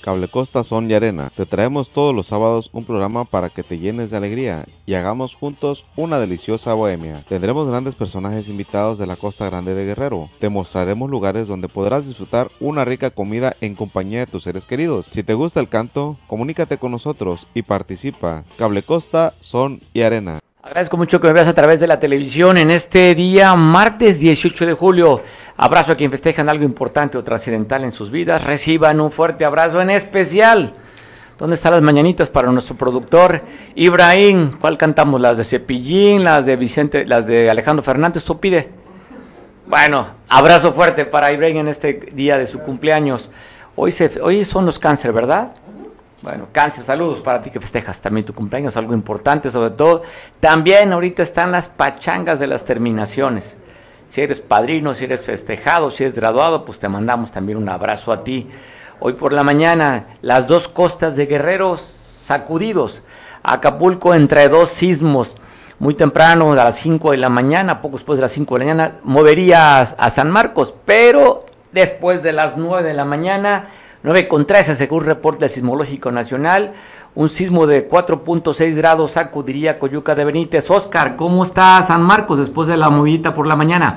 Cable Costa Son y Arena. Te traemos todos los sábados un programa para que te llenes de alegría y hagamos juntos una deliciosa bohemia. Tendremos grandes personajes invitados de la Costa Grande de Guerrero. Te mostraremos lugares donde podrás disfrutar una rica comida en compañía de tus seres queridos. Si te gusta el canto, comunícate con nosotros y participa. Cable Costa Son y Arena. Agradezco mucho que me veas a través de la televisión en este día, martes 18 de julio. Abrazo a quien festejan algo importante o trascendental en sus vidas. Reciban un fuerte abrazo en especial. ¿Dónde están las mañanitas para nuestro productor Ibrahim? ¿Cuál cantamos? ¿Las de Cepillín, las de Vicente, las de Alejandro Fernández? ¿Tú pide? Bueno, abrazo fuerte para Ibrahim en este día de su cumpleaños. Hoy son los cáncer, ¿verdad? Bueno, Cáncer, saludos para ti que festejas también tu cumpleaños, algo importante sobre todo. También ahorita están las pachangas de las terminaciones. Si eres padrino, si eres festejado, si eres graduado, pues te mandamos también un abrazo a ti. Hoy por la mañana, las dos costas de Guerrero sacudidos. Acapulco entre dos sismos. Muy temprano, a las 5 de la mañana, poco después de las 5 de la mañana, movería a San Marcos, pero después de las 9 de la mañana... 9:13 según reporte del Sismológico Nacional, un sismo de 4.6 grados sacudiría Coyuca de Benítez. Oscar, ¿cómo está San Marcos después de la movidita por la mañana?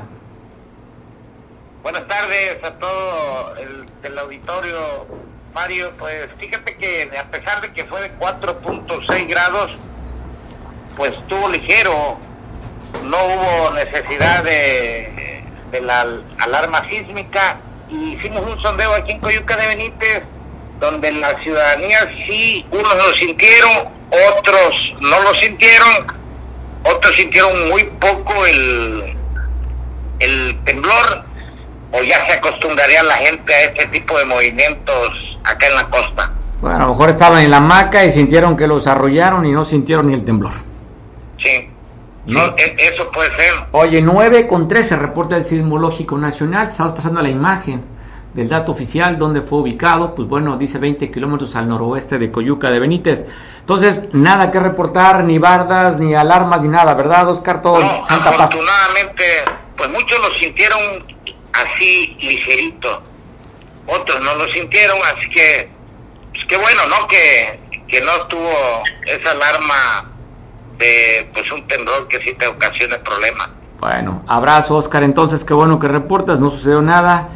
Buenas tardes a todo el auditorio, Mario. Pues fíjate que a pesar de que fue de 4.6 grados, pues estuvo ligero, no hubo necesidad de la alarma sísmica. Y hicimos un sondeo aquí en Coyuca de Benítez, donde la ciudadanía sí, unos lo sintieron, otros no lo sintieron, otros sintieron muy poco el temblor, o ya se acostumbraría la gente a este tipo de movimientos acá en la costa. Bueno, a lo mejor estaban en la hamaca y sintieron que los arrollaron y no sintieron ni el temblor. Sí. No. Sí, eso puede ser. Oye, 9:13 reporta el Sismológico Nacional. Estamos pasando a la imagen del dato oficial donde fue ubicado. Pues bueno, dice 20 kilómetros al noroeste de Coyuca de Benítez. Entonces, nada que reportar, ni bardas, ni alarmas, ni nada, ¿verdad, Oscar? Todo no, Santa Paz. Afortunadamente, pues muchos lo sintieron así ligerito, otros no lo sintieron, así que pues qué bueno, ¿no? Que no estuvo esa alarma de pues un temblor que sí te ocasiona problemas. Bueno, abrazo, Oscar. Entonces, qué bueno que reportas, no sucedió nada.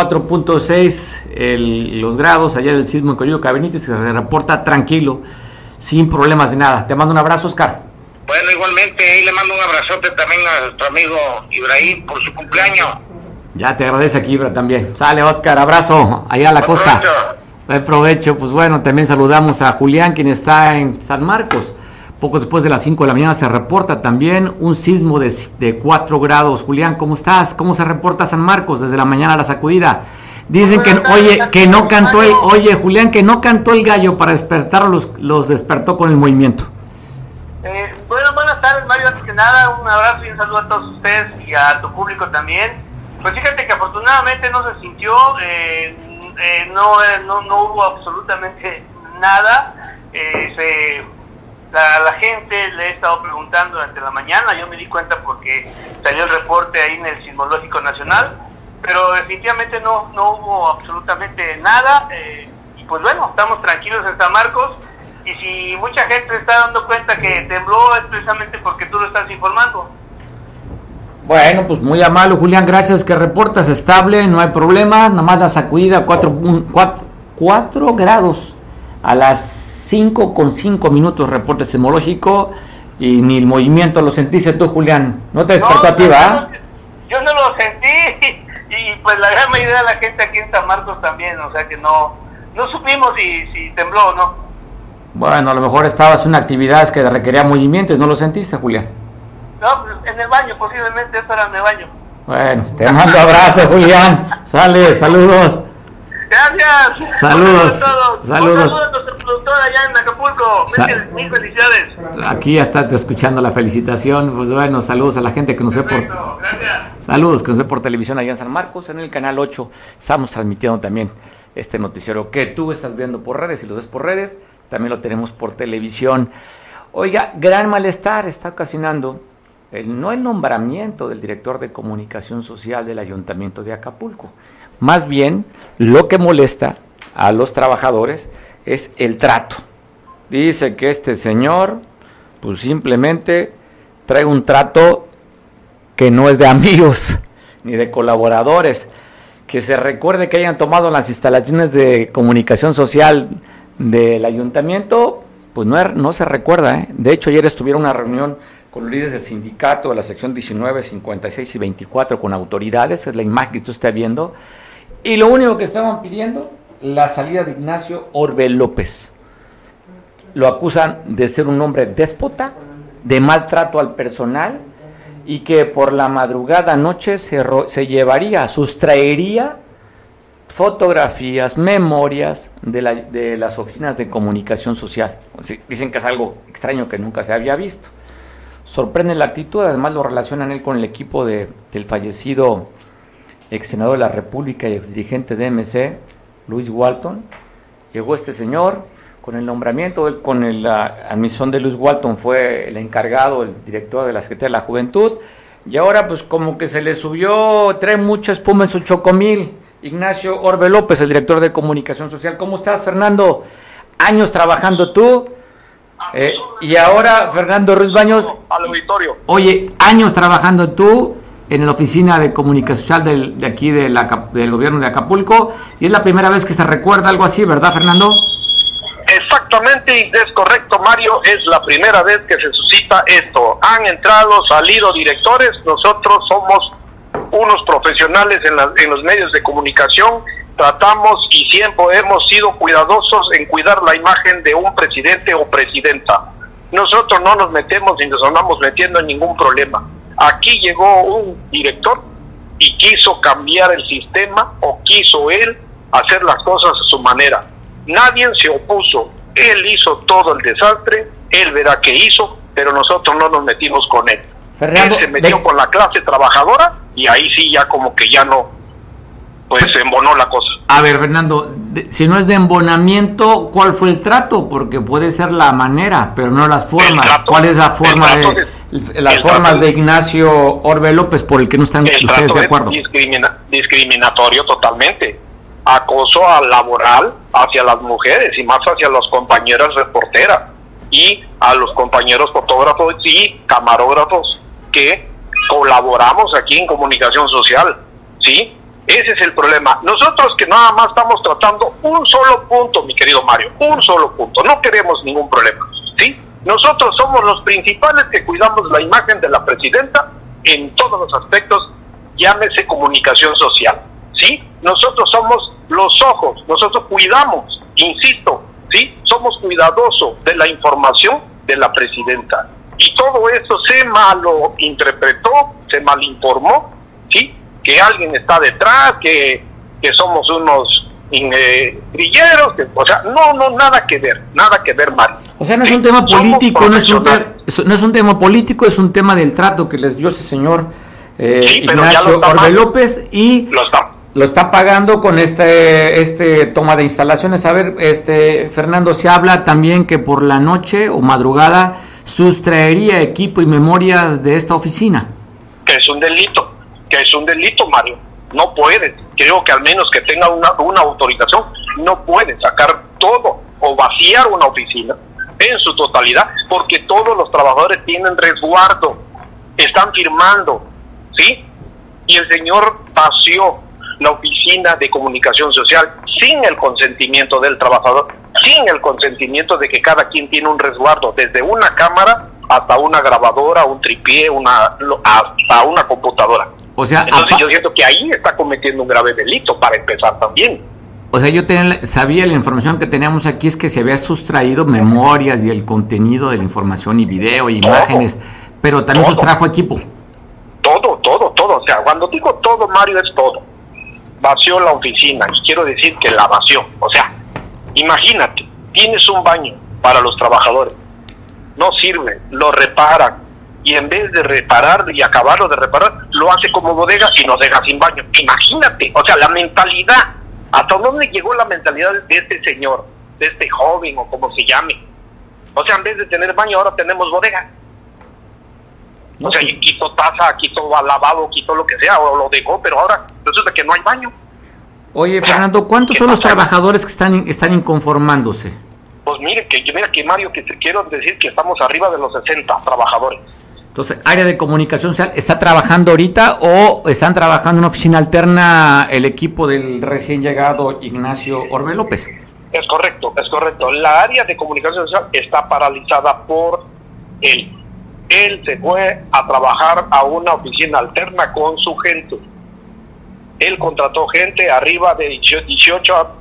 4.6 los grados allá del sismo en Coyuca Benítez, se reporta tranquilo, sin problemas de nada. Te mando un abrazo, Oscar. Bueno, igualmente, ahí le mando un abrazote también a nuestro amigo Ibrahim por su cumpleaños. Ya te agradece aquí, Ibra, también. Sale, Oscar, abrazo, allá a la Buen costa. provecho. Buen provecho. Pues bueno, también saludamos a Julián, quien está en San Marcos. Poco después de las 5 de la mañana se reporta también un sismo de 4 grados. Julián, ¿cómo estás? ¿Cómo se reporta San Marcos desde la mañana la sacudida? Dicen que, Julián, que no cantó el gallo para despertar, los despertó con el movimiento. Buenas tardes, Mario. Antes que nada, un abrazo y un saludo a todos ustedes y a tu público también. Pues fíjate que afortunadamente no se sintió, no hubo absolutamente nada. La gente le he estado preguntando durante la mañana, yo me di cuenta porque salió el reporte ahí en el Sismológico Nacional, pero definitivamente no hubo absolutamente nada, y pues bueno, estamos tranquilos en San Marcos, y si mucha gente se está dando cuenta que tembló es precisamente porque tú lo estás informando. Bueno, pues muy amable, Julián, gracias que reportas, estable, no hay problema, nada más la sacudida 4 grados. A las 5:05 reporte sismológico y ni el movimiento lo sentiste tú, Julián. ¿No te despertó a ti, va? Yo no lo sentí y pues la gran mayoría de la gente aquí en San Marcos también, o sea que no supimos si tembló o no. Bueno, a lo mejor estabas en una actividad que requería movimiento y no lo sentiste, Julián. No, pues en el baño, posiblemente eso era en el baño. Bueno, te mando abrazo, Julián. Sale, saludos. Gracias. Saludos. Saludos. Saludos. Un saludo a nuestro productor allá en Acapulco. Mil felicidades. Aquí ya está escuchando la felicitación. Pues bueno, saludos a la gente que nos ve Gracias. Saludos que nos ve por televisión allá en San Marcos, en el canal 8. Estamos transmitiendo también este noticiero que tú estás viendo por redes y lo ves por redes. También lo tenemos por televisión. Oiga, gran malestar está ocasionando no el nombramiento del director de comunicación social del Ayuntamiento de Acapulco. Más bien, lo que molesta a los trabajadores es el trato. Dice que este señor pues simplemente trae un trato que no es de amigos ni de colaboradores. Que se recuerde que hayan tomado las instalaciones de comunicación social del ayuntamiento, pues no se recuerda, ¿eh? De hecho, ayer estuvieron en una reunión con los líderes del sindicato de la sección 19, 56 y 24 con autoridades, es la imagen que tú estás viendo, y lo único que estaban pidiendo, la salida de Ignacio Orbel López. Lo acusan de ser un hombre déspota, de maltrato al personal, y que por la madrugada noche se llevaría, sustraería fotografías, memorias de las oficinas de comunicación social. Dicen que es algo extraño que nunca se había visto. Sorprende la actitud, además lo relacionan él con el equipo del fallecido ex senador de la República y ex dirigente de MC, Luis Walton. Llegó este señor con el nombramiento, con la admisión de Luis Walton fue el encargado, el director de la Secretaría de la Juventud, y ahora pues como que se le subió, trae mucha espuma en su chocomil. Ignacio Orbel López, el director de comunicación social. ¿Cómo estás, Fernando? Años trabajando tú, y ahora Fernando Ruiz Baños. Al auditorio. Oye, años trabajando tú en la oficina de comunicación social de aquí del gobierno de Acapulco, y es la primera vez que se recuerda algo así, ¿verdad, Fernando? Exactamente, y es correcto, Mario, es la primera vez que se suscita esto. Han entrado, salido directores, nosotros somos unos profesionales en los medios de comunicación, tratamos y siempre hemos sido cuidadosos en cuidar la imagen de un presidente o presidenta. Nosotros no nos metemos ni nos andamos metiendo en ningún problema. Aquí llegó un director y quiso cambiar el sistema, o quiso él hacer las cosas a su manera. Nadie se opuso, él hizo todo el desastre, él verá qué hizo, pero nosotros no nos metimos con él. Fernando, él se metió con la clase trabajadora y ahí sí ya como que ya no, pues se embonó la cosa. A ver, Fernando, si no es de embonamiento, ¿cuál fue el trato? Porque puede ser la manera, pero no las formas. ¿Cuál es la forma las formas de Ignacio Orbel López por el que no están ustedes de acuerdo? Discriminatorio totalmente. Acoso laboral hacia las mujeres y más hacia las compañeras reporteras y a los compañeros fotógrafos y camarógrafos que colaboramos aquí en comunicación social, ¿sí? Ese es el problema. Nosotros que nada más estamos tratando un solo punto, mi querido Mario, un solo punto, no queremos ningún problema, ¿sí? Nosotros somos los principales que cuidamos la imagen de la presidenta en todos los aspectos, llámese comunicación social, ¿sí? Nosotros somos los ojos, nosotros cuidamos, insisto, ¿sí? Somos cuidadosos de la información de la presidenta. Y todo eso se malinterpretó, se malinformó, ¿sí? Que alguien está detrás, que somos unos grilleros, o sea, no, nada que ver, Mario. O sea, no es un tema político, no es un tema político, es un tema del trato que les dio ese señor Ignacio Orbel López, y lo está pagando con este toma de instalaciones. A ver, Fernando, se habla también que por la noche o madrugada sustraería equipo y memorias de esta oficina. Que es un delito, Mario. No puede, creo que al menos que tenga una autorización, no puede sacar todo o vaciar una oficina en su totalidad, porque todos los trabajadores tienen resguardo, están firmando, ¿sí? Y el señor vació la oficina de comunicación social sin el consentimiento del trabajador, sin el consentimiento de que cada quien tiene un resguardo, desde una cámara hasta una grabadora, un tripié, hasta una computadora. O sea, entonces yo siento que ahí está cometiendo un grave delito para empezar también. O sea, yo sabía, la información que teníamos aquí es que se había sustraído memorias y el contenido de la información y video y imágenes, pero también sustrajo equipo. Todo. O sea, cuando digo todo, Mario, es todo. Vació la oficina, y quiero decir que la vació. O sea, imagínate, tienes un baño para los trabajadores, no sirve, lo reparan, y en vez de reparar y acabarlo de reparar, lo hace como bodega y nos deja sin baño. Imagínate, o sea, la mentalidad, ¿hasta dónde llegó la mentalidad de este señor, de este joven o como se llame? O sea, en vez de tener baño, ahora tenemos bodega. O sea, y quitó taza, quitó lavabo, quitó lo que sea, o lo dejó, pero ahora resulta que no hay baño. Oye, Fernando, ¿cuántos son los trabajadores que están inconformándose? Pues mira que Mario, que te quiero decir que estamos arriba de los 60 trabajadores. Entonces, área de comunicación social, ¿está trabajando ahorita o están trabajando en una oficina alterna el equipo del recién llegado Ignacio Orbe López? Es correcto. La área de comunicación social está paralizada por él. Él se fue a trabajar a una oficina alterna con su gente. Él contrató gente arriba de 18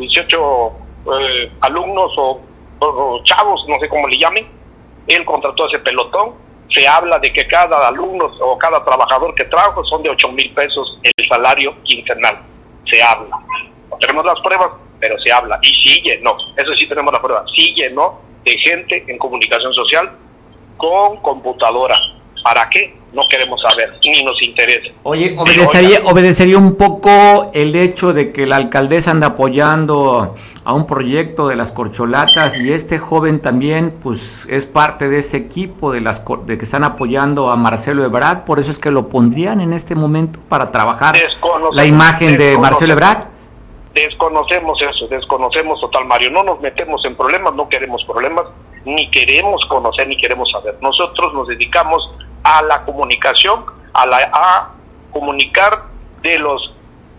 alumnos o chavos, no sé cómo le llamen. Él contrató ese pelotón. Se habla de que cada alumno o cada trabajador que trabaja son de 8,000 pesos el salario quincenal. Se habla. No tenemos las pruebas, pero se habla. Y sí llenó, eso sí tenemos las pruebas, sí llenó de gente en comunicación social con computadora. ¿Para qué? No queremos saber, ni nos interesa. Oye, obedecería un poco el hecho de que la alcaldesa anda apoyando a un proyecto de las corcholatas y este joven también pues es parte de ese equipo de que están apoyando a Marcelo Ebrard, por eso es que lo pondrían en este momento para trabajar la imagen de Marcelo Ebrard. Desconocemos eso, desconocemos total, Mario. No nos metemos en problemas, no queremos problemas, ni queremos conocer, ni queremos saber. Nosotros nos dedicamos a la comunicación, a comunicar de los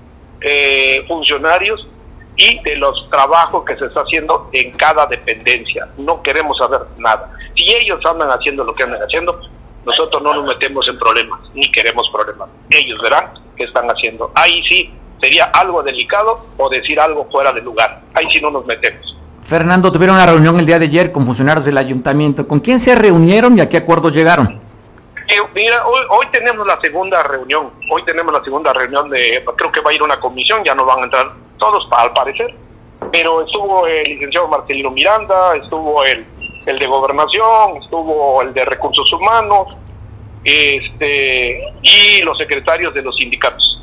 funcionarios y de los trabajos que se está haciendo en cada dependencia. No queremos saber nada. Si ellos andan haciendo lo que andan haciendo, nosotros no nos metemos en problemas, ni queremos problemas. Ellos verán qué están haciendo. Ahí sí sería algo delicado o decir algo fuera de lugar. Ahí sí no nos metemos. Fernando, tuvieron una reunión el día de ayer con funcionarios del ayuntamiento. ¿Con quién se reunieron y a qué acuerdos llegaron? Mira, hoy tenemos la segunda reunión. Creo que va a ir una comisión, ya no van a entrar todos al parecer, pero estuvo el licenciado Marcelino Miranda, estuvo el de Gobernación, estuvo el de Recursos Humanos, y los secretarios de los sindicatos.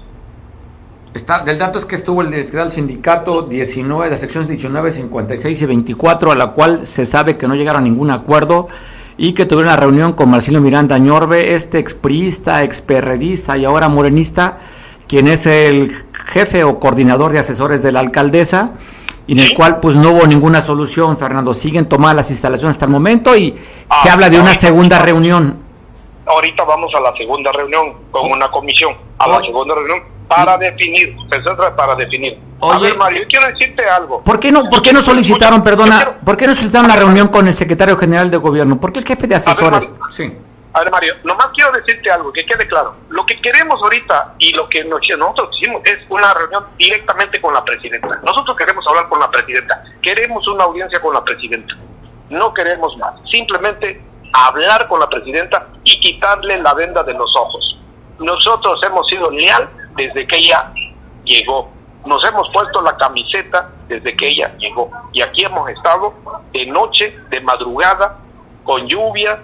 Del dato es que estuvo el secretario del sindicato 19, las secciones 19, 56 y 24, a la cual se sabe que no llegaron a ningún acuerdo y que tuvieron una reunión con Marcelino Miranda Ñorbe, expriista, experredista y ahora morenista, quien es el jefe o coordinador de asesores de la alcaldesa, y en el cual pues no hubo ninguna solución, Fernando. Siguen tomadas las instalaciones hasta el momento y se habla de una segunda reunión. Ahorita vamos a la segunda reunión con una comisión, la segunda reunión para definir, Oye, a ver, Mario, yo quiero decirte algo. ¿Por qué no solicitaron, por qué no solicitaron la reunión con el secretario general de gobierno? ¿Por qué el jefe de asesores? A ver, Mario, nomás quiero decirte algo, que quede claro. Lo que queremos ahorita y lo que nosotros hicimos es una reunión directamente con la presidenta. Nosotros queremos hablar con la presidenta, queremos una audiencia con la presidenta. No queremos más, simplemente hablar con la presidenta y quitarle la venda de los ojos. Nosotros hemos sido leal desde que ella llegó. Nos hemos puesto la camiseta desde que ella llegó. Y aquí hemos estado de noche, de madrugada, con lluvia,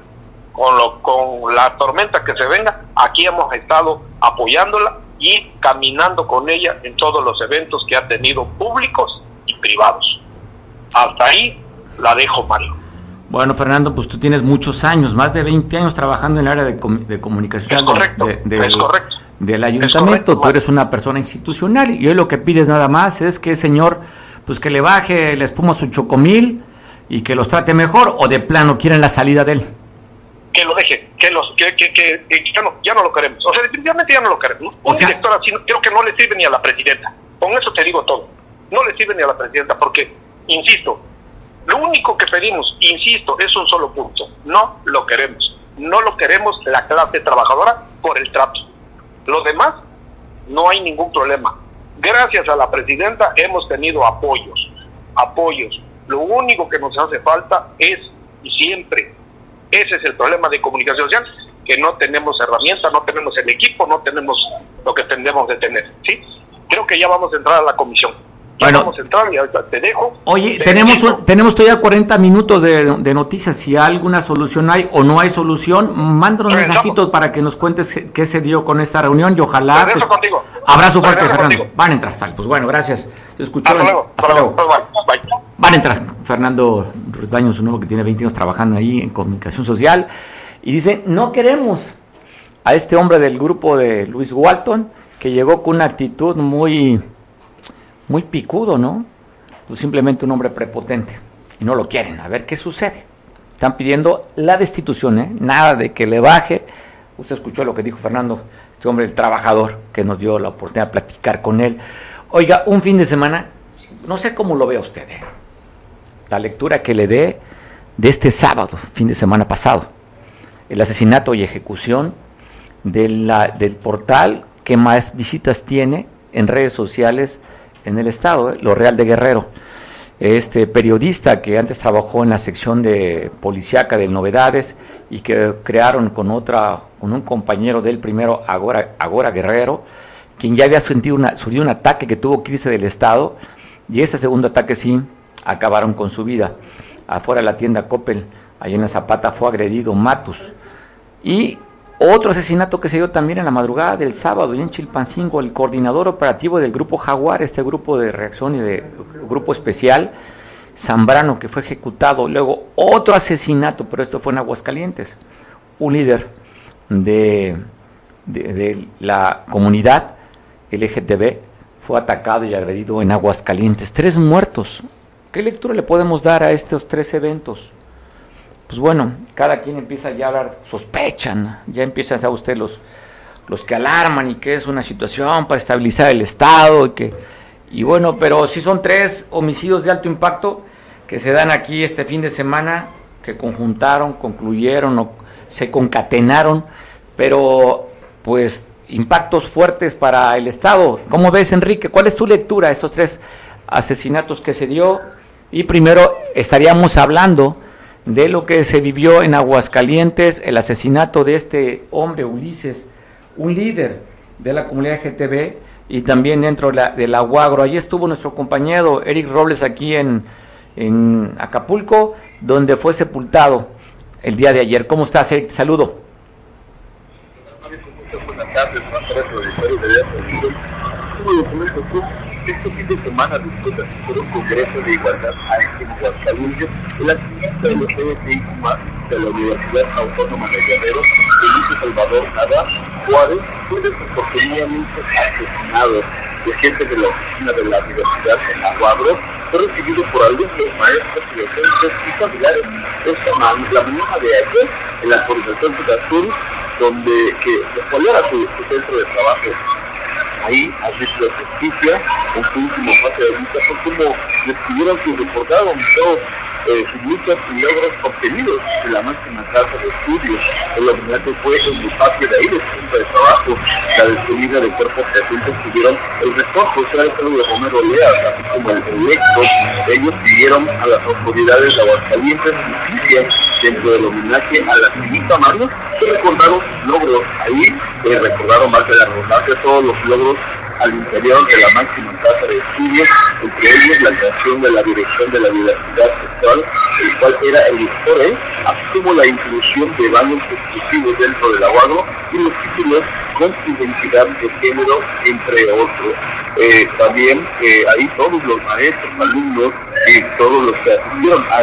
con la tormenta que se venga. Aquí hemos estado apoyándola y caminando con ella en todos los eventos que ha tenido públicos y privados. Hasta ahí la dejo, Mario. Bueno, Fernando, pues tú tienes muchos años, más de 20 años trabajando en el área de comunicación. Es correcto, es correcto. Del ayuntamiento. Tú eres una persona institucional y hoy lo que pides nada más es que el señor, pues que le baje la espuma a su chocomil y que los trate mejor, o de plano quieren la salida de él. Que lo deje, ya no lo queremos. O sea, definitivamente ya no lo queremos. Director así creo que no le sirve ni a la presidenta. Con eso te digo todo. No le sirve ni a la presidenta porque, insisto, lo único que pedimos, insisto, es un solo punto. No lo queremos. No lo queremos la clase trabajadora por el trato. Lo demás, no hay ningún problema. Gracias a la presidenta hemos tenido apoyos. Lo único que nos hace falta es, y siempre, ese es el problema de comunicación social, que no tenemos herramientas, no tenemos el equipo, no tenemos lo que tendemos de tener. ¿Sí? Creo que ya vamos a entrar a la comisión. Bueno, vamos a entrar y ahorita te dejo. Oye, tenemos todavía 40 minutos de noticias. Si alguna solución hay o no hay solución, mándanos mensajitos para que nos cuentes qué se dio con esta reunión y ojalá pues, contigo. Abrazo fuerte, Fernando. Contigo. Van a entrar, sal. Pues bueno, gracias. Te escuchó. Hasta luego. Bye. Van a entrar. Fernando Ruiz, un nuevo que tiene 20 años trabajando ahí en comunicación social, y dice, no queremos a este hombre del grupo de Luis Walton, que llegó con una actitud muy muy picudo, ¿no? Pues simplemente un hombre prepotente. Y no lo quieren. A ver qué sucede. Están pidiendo la destitución, ¿eh? Nada de que le baje. Usted escuchó lo que dijo Fernando, este hombre, el trabajador, que nos dio la oportunidad de platicar con él. Oiga, un fin de semana, no sé cómo lo vea usted, ¿eh? La lectura que le dé de este sábado, fin de semana pasado, el asesinato y ejecución del portal que más visitas tiene en redes sociales en el estado, Lo Real de Guerrero. Este periodista que antes trabajó en la sección de policíaca de Novedades y que crearon con un compañero del primero, Agora Guerrero, quien ya había sufrido un ataque que tuvo que irse del estado, y este segundo ataque sí acabaron con su vida. Afuera de la tienda Coppel, allá en la Zapata, fue agredido Matus. Y otro asesinato que se dio también en la madrugada del sábado, y en Chilpancingo, el coordinador operativo del Grupo Jaguar, este grupo de reacción y de grupo especial, Zambrano, que fue ejecutado. Luego otro asesinato, pero esto fue en Aguascalientes. Un líder de la comunidad LGTB fue atacado y agredido en Aguascalientes. 3 muertos. ¿Qué lectura le podemos dar a estos 3 eventos? Pues bueno, cada quien empieza ya a hablar, sospechan, ya empiezan a usted los que alarman y que es una situación para estabilizar el Estado y bueno, pero sí son 3 homicidios de alto impacto que se dan aquí este fin de semana, que conjuntaron, concluyeron o se concatenaron, pero pues impactos fuertes para el Estado. ¿Cómo ves, Enrique? ¿Cuál es tu lectura de estos 3 asesinatos que se dio? Y primero estaríamos hablando de lo que se vivió en Aguascalientes, el asesinato de este hombre, Ulises, un líder de la comunidad LGTB y también dentro de la UAGRO. Allí estuvo nuestro compañero Eric Robles aquí en Acapulco, donde fue sepultado el día de ayer. ¿Cómo estás, Eric? Te saludo. Buenas tardes, este fin de semana, después de asistir a un congreso de igualdad en Aguascalientes, el activista de los LGTBI+ de la Universidad Autónoma de Guerrero, Felipe Salvador Adán Juárez, fue desoportunadamente asesinado. De gente de la oficina de la universidad en Aguagro, fue recibido por alumnos, maestros y docentes y familiares la mañana de ayer en la coordinación de Azul, cuál era su centro de trabajo. Ahí, al ritmo de justicia, en su último fase de lucha, fue como describieron y reportaron todos sus luchas y logros obtenidos en la máxima casa de estudios. El homenaje fue en el patio de ahí, de su centro de trabajo. La despedida de cuerpos presentes tuvieron el rector José Alfredo Romero Lea, así como el electo. Ellos pidieron a las autoridades de Aguascalientes justicia dentro del homenaje a la activista Mario, que recordaron logros ahí, recordaron más de la redundancia todos los logros al interior de la máxima casa de estudios, entre ellos la creación de la dirección de la diversidad sexual, el cual era el director, así como la inclusión de baños exclusivos dentro del Aguagro y los títulos con identidad de género, entre otros. También ahí todos los maestros, alumnos y todos los que asistieron a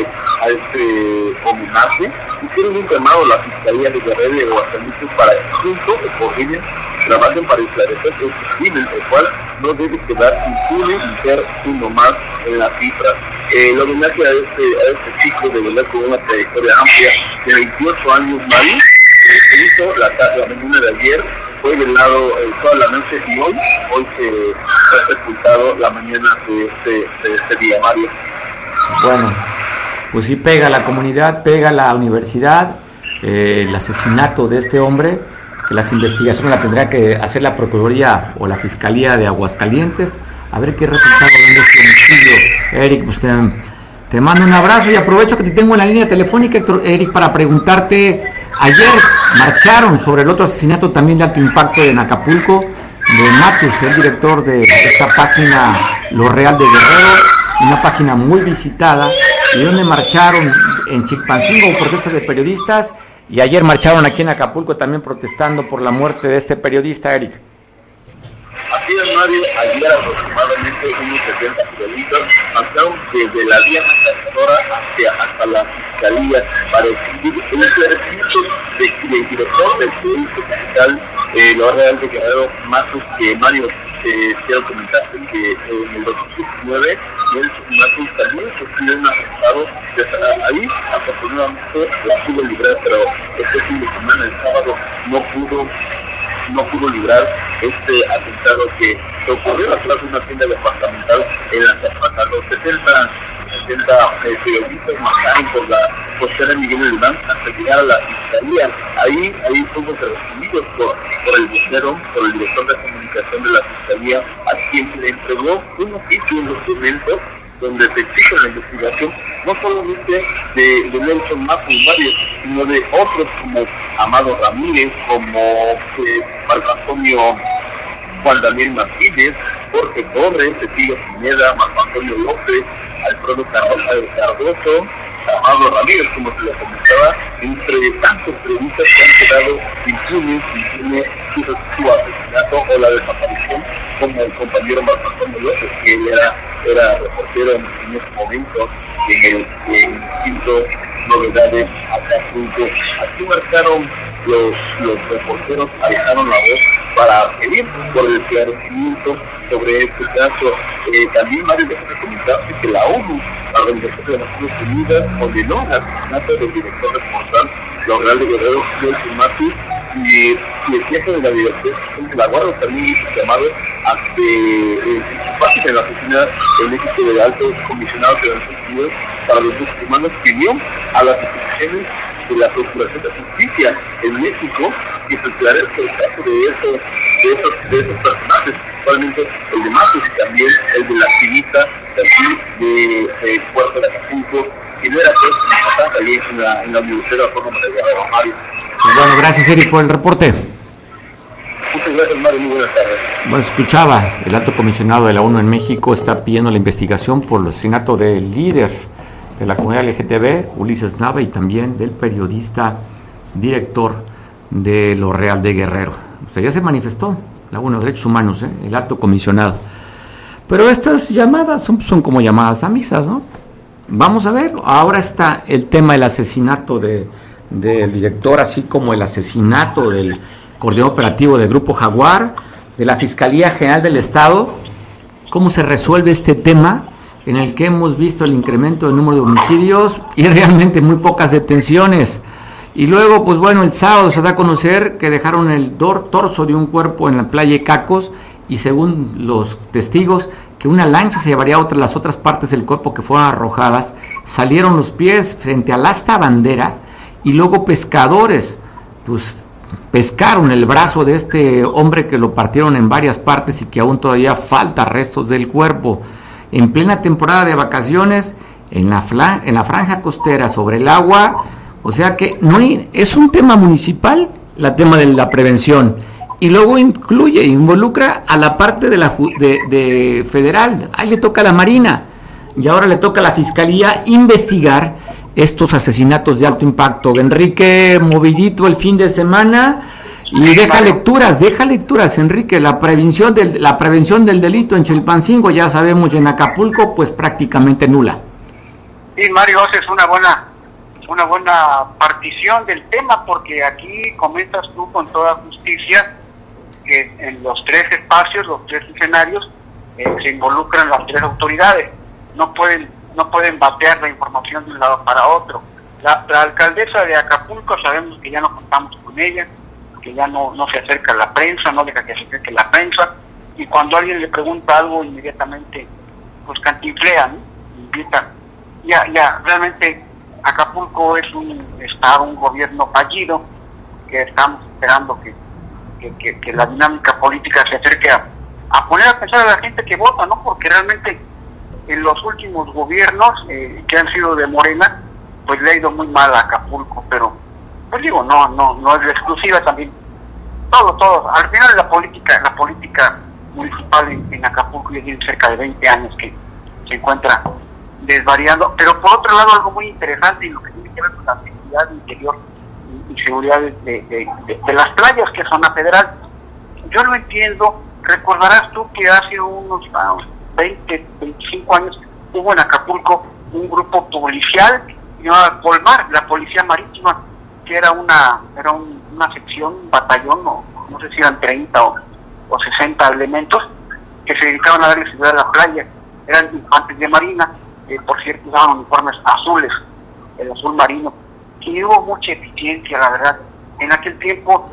este homenaje hicieron un llamado a la Fiscalía de Guerrero y de Aguascalientes para que juntos se coordinen, trabajen para esclarecer este crimen, el cual no debe quedar impune y ser uno más en las cifras. El homenaje a este chico, de verdad, con una trayectoria amplia de 28 años, Mario, se hizo la mañana de ayer, fue velado toda la noche y hoy se ha sepultado la mañana de este día, Mario. Bueno, pues sí pega la comunidad, pega la universidad, el asesinato de este hombre, que las investigaciones la tendrá que hacer la Procuraduría o la Fiscalía de Aguascalientes, a ver qué resultado de este homicidio. Eric, pues te mando un abrazo y aprovecho que te tengo en la línea telefónica, Eric, para preguntarte, ayer marcharon sobre el otro asesinato también de alto impacto en Acapulco, de Matus, el director de esta página Lo Real de Guerrero, una página muy visitada, y donde marcharon en Chilpancingo, protestas de periodistas, y ayer marcharon aquí en Acapulco también protestando por la muerte de este periodista, Eric. Así es, Mario, ayer aproximadamente unos 70 periodistas marcharon desde la vía Cazadora hasta la Fiscalía para exigir el esclarecimiento del director del periódico digital Lo Real de Guerrero, Matus, Mario, quiero comentarte que en el 2019 Nelson Matus también sufrió un atentado. Ahí afortunadamente la pudo librar, pero este fin de semana, el sábado, no pudo librar este atentado que ocurrió atrás de una tienda departamental en la Zapata. Los 70 periodistas marcharon por la costera Miguel Alemán hasta llegar a la fiscalía. Ahí fuimos recibidos por el vocero, por el director de comunicación de la fiscalía, a quien le entregó un oficio, un documento donde se exige la investigación no solamente de Nelson Matus Mario, sino de otros como Amado Ramírez, como Marco Antonio Juan Daniel Martínez, Jorge Torres, Cecilia Pineda, Marco Antonio López, Alfredo Cardoso, Amado Ramírez, como se le comentaba, entre tantos periodistas que han quedado impunes su asesinato o la desaparición, como el compañero Marco Antonio López, que él era reportero en ese momento en Quinto Novedades Acapulco. Aquí marcaron los reporteros, alzaron la voz para pedir por el esclarecimiento sobre este caso. También, Mario, déjame comentarte que la ONU, la Organización de las Naciones Unidas, condenó el asesinato del director responsable Real de Guerrero, Nelson Matus, y el jefe de la Dirección de la Guardia también hizo llamado ante parte de la oficina del México de Alto Comisionado de los Estados Unidos para los Derechos Humanos, pidió a las instituciones de la Procuración de Justicia en México que se esclarezca el caso de esos personajes, principalmente el de Matus y también el de la activista de aquí de Puerto de Acapulco, que no era pues allí en la Universidad Autónoma de Guadalajara. Bueno, gracias, Eric, por el reporte. Muchas gracias, Mario. Muy buenas tardes. Bueno, escuchaba, el alto comisionado de la ONU en México está pidiendo la investigación por el asesinato del líder de la comunidad LGTB, Ulises Nava, y también del periodista director de Lo Real de Guerrero. O sea, ya se manifestó la ONU de Derechos Humanos, el alto comisionado. Pero estas llamadas son como llamadas a misas, ¿no? Vamos a ver, ahora está el tema del asesinato del director, así como el asesinato del coordinador operativo del Grupo Jaguar, de la Fiscalía General del Estado. ¿Cómo se resuelve este tema en el que hemos visto el incremento del número de homicidios y realmente muy pocas detenciones? Y luego, pues bueno, el sábado se da a conocer que dejaron el torso de un cuerpo en la playa Cacos, y según los testigos, que una lancha se llevaría las otras partes del cuerpo que fueron arrojadas. Salieron los pies frente al asta bandera, y luego pescadores pues pescaron el brazo de este hombre, que lo partieron en varias partes y que aún todavía falta restos del cuerpo. En plena temporada de vacaciones, en la franja costera sobre el agua. O sea que es un tema municipal, el tema de la prevención, y luego involucra a la parte de federal. Ahí le toca a la Marina, y ahora le toca a la Fiscalía investigar estos asesinatos de alto impacto. Enrique, movidito el fin de semana, y deja lecturas, Enrique. La prevención del delito en Chilpancingo, ya sabemos, y en Acapulco, pues prácticamente nula. Sí, Mario, haces una buena partición del tema, porque aquí comentas tú con toda justicia que en los tres espacios, los tres escenarios, se involucran las tres autoridades. No pueden batear la información de un lado para otro. La alcaldesa de Acapulco, sabemos que ya no contamos con ella, que ya no se acerca a la prensa, no deja que se acerque la prensa, y cuando alguien le pregunta algo, inmediatamente pues cantinflea, ¿no? Invita. Ya, realmente Acapulco es un estado, un gobierno fallido, que estamos esperando que la dinámica política se acerque a poner a pensar a la gente que vota, ¿no? Porque realmente en los últimos gobiernos que han sido de Morena, pues le ha ido muy mal a Acapulco, pero pues digo, no es exclusiva, también todo, al final la política municipal en Acapulco ya tiene cerca de 20 años que se encuentra desvariando. Pero por otro lado, algo muy interesante, y lo que tiene que ver con la seguridad interior y seguridad de las playas, que es zona federal, yo no entiendo. Recordarás tú que hace unos 20, 25 años hubo en Acapulco un grupo policial llamado Polmar, la Policía Marítima, que era una sección, un batallón, no sé si eran 30 o 60 elementos, que se dedicaban a darle seguridad a la playa. Eran infantes de marina, por cierto usaban uniformes azules, el azul marino, y hubo mucha eficiencia, la verdad. En aquel tiempo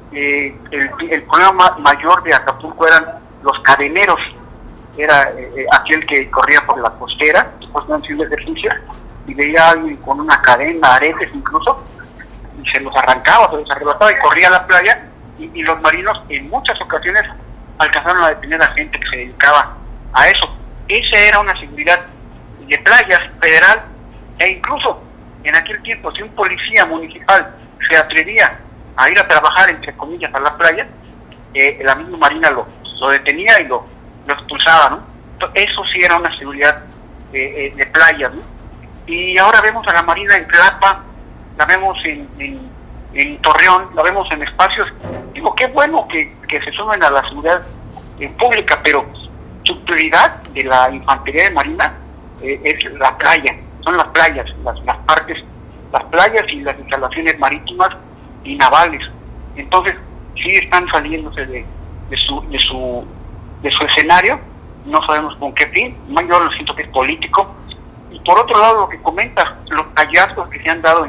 el problema mayor de Acapulco eran los cadeneros. Era aquel que corría por la costera, después de un ejercicio, y veía a alguien con una cadena, aretes incluso, y se los arrancaba, se los arrebataba y corría a la playa, y los marinos en muchas ocasiones alcanzaron a detener a gente que se dedicaba a eso. Esa era una seguridad de playas federal, e incluso en aquel tiempo, si un policía municipal se atrevía a ir a trabajar, entre comillas, a la playa, la misma Marina lo detenía y lo expulsaba, ¿no? Entonces, eso sí era una seguridad de playas, ¿no? Y ahora vemos a la Marina en Tlapa, la vemos en Torreón, la vemos en espacios. Digo, qué bueno que se sumen a la seguridad pública, pero su prioridad de la infantería de Marina es la playa, son las playas, las playas y las instalaciones marítimas y navales. Entonces, sí están saliéndose de su escenario, no sabemos con qué fin. Yo lo siento que es político. Y por otro lado, lo que comentas, los hallazgos que se han dado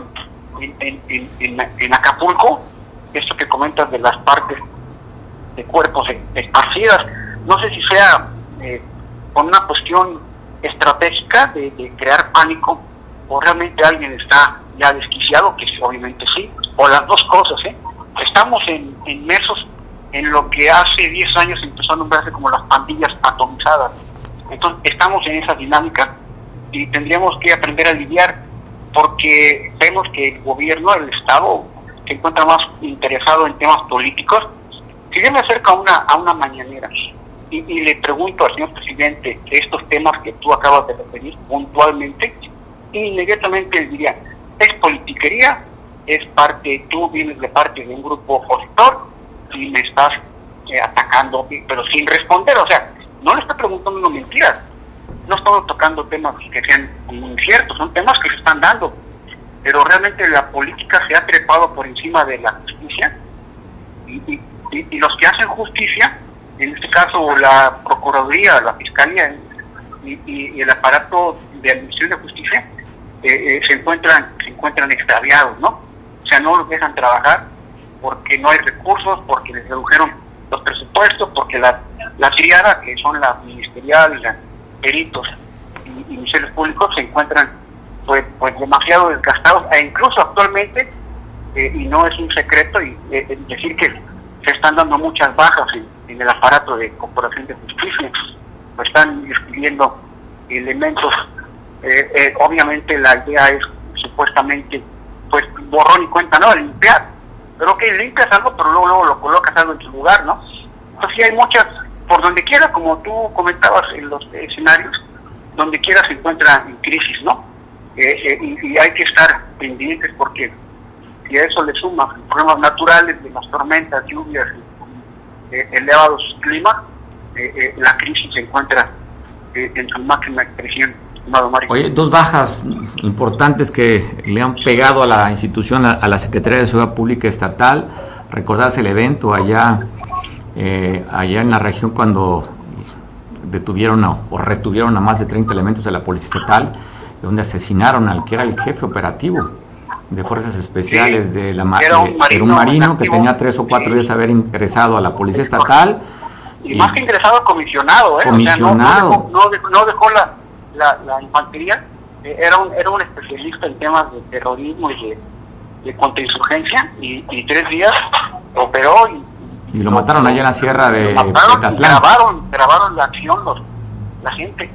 en Acapulco, esto que comentas de las partes de cuerpos esparcidas, no sé si sea con una cuestión estratégica de crear pánico, o realmente alguien está ya desquiciado, que obviamente sí, o las dos cosas. Estamos inmersos en lo que hace 10 años empezó a nombrarse como las pandillas atomizadas. Entonces estamos en esa dinámica y tendríamos que aprender a lidiar, porque vemos que el gobierno, el Estado, se encuentra más interesado en temas políticos. Si yo me acerco a una mañanera y le pregunto al señor presidente estos temas que tú acabas de referir puntualmente, inmediatamente él diría, es politiquería, tú vienes de parte de un grupo opositor y me estás atacando, pero sin responder. O sea, no le está preguntando una mentira, no estamos tocando temas que sean inciertos, son temas que se están dando, pero realmente la política se ha trepado por encima de la justicia, y los que hacen justicia, en este caso la Procuraduría, la Fiscalía y el aparato de administración de justicia, se encuentran extraviados, ¿no? O sea, no los dejan trabajar porque no hay recursos, porque les redujeron los presupuestos, porque la triada, que son la ministerial, peritos y ministerios públicos, se encuentran pues demasiado desgastados, e incluso actualmente, y no es un secreto decir que se están dando muchas bajas en el aparato de corporación de justicia, pues están despidiendo elementos. Obviamente la idea es supuestamente pues borrón y cuenta nueva, limpiar, pero que limpias algo, pero luego lo colocas algo en su lugar, ¿no? Entonces sí hay muchas, por donde quiera, como tú comentabas en los escenarios, donde quiera se encuentra en crisis, ¿no? Y hay que estar pendientes, porque si a eso le sumas problemas naturales de las tormentas, lluvias, elevados climas, la crisis se encuentra en su máxima expresión. Oye, dos bajas importantes que le han pegado a la institución, a la Secretaría de Seguridad Pública Estatal. Recordarse el evento allá en la región cuando detuvieron o retuvieron a más de 30 elementos de la Policía Estatal, donde asesinaron al que era el jefe operativo de Fuerzas Especiales de la era un marino que tenía 3 o 4 días de haber ingresado a la Policía Estatal. Y más que ingresado, comisionado, comisionado. O sea, no dejó la infantería. Era un especialista en temas de terrorismo y de contrainsurgencia, y 3 días operó y lo mataron allá en la sierra de Petatlán. Grabaron la acción la gente.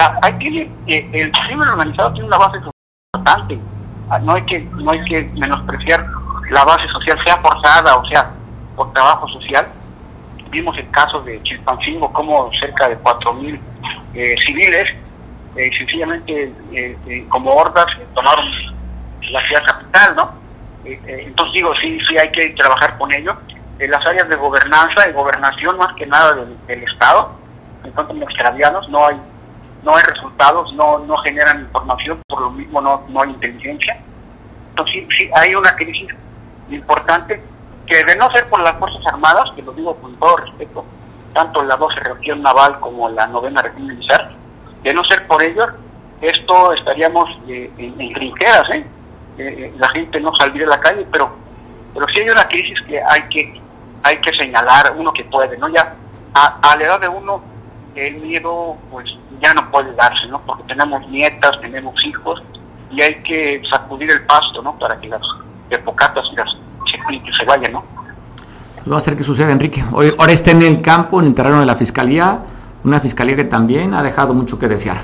El crimen organizado tiene una base importante. No hay que menospreciar la base social, sea forzada o sea por trabajo social. Vimos el caso de Chilpancingo, como cerca de 4,000 civiles sencillamente como hordas tomaron la ciudad capital, ¿no? Entonces digo, sí hay que trabajar con ello. En las áreas de gobernanza y gobernación, más que nada del Estado, se encuentran extraviados, no hay resultados, no generan información, por lo mismo no hay inteligencia. Entonces sí hay una crisis importante, que de no ser por las Fuerzas Armadas, que lo digo con todo respeto, tanto la 12 Región Naval como la 9ª Región Militar. De no ser por ello, esto estaríamos en trincheras, la gente no saldría a la calle, pero sí hay una crisis que hay que señalar, uno que puede, ¿no? Ya a la edad de uno, el miedo pues ya no puede darse, ¿no? Porque tenemos nietas, tenemos hijos, y hay que sacudir el pasto, ¿no? Para que las epocatas se vayan, ¿no? Pues va a ser que suceda, Enrique. Ahora está en el campo, en el terreno de la Fiscalía, una Fiscalía que también ha dejado mucho que desear.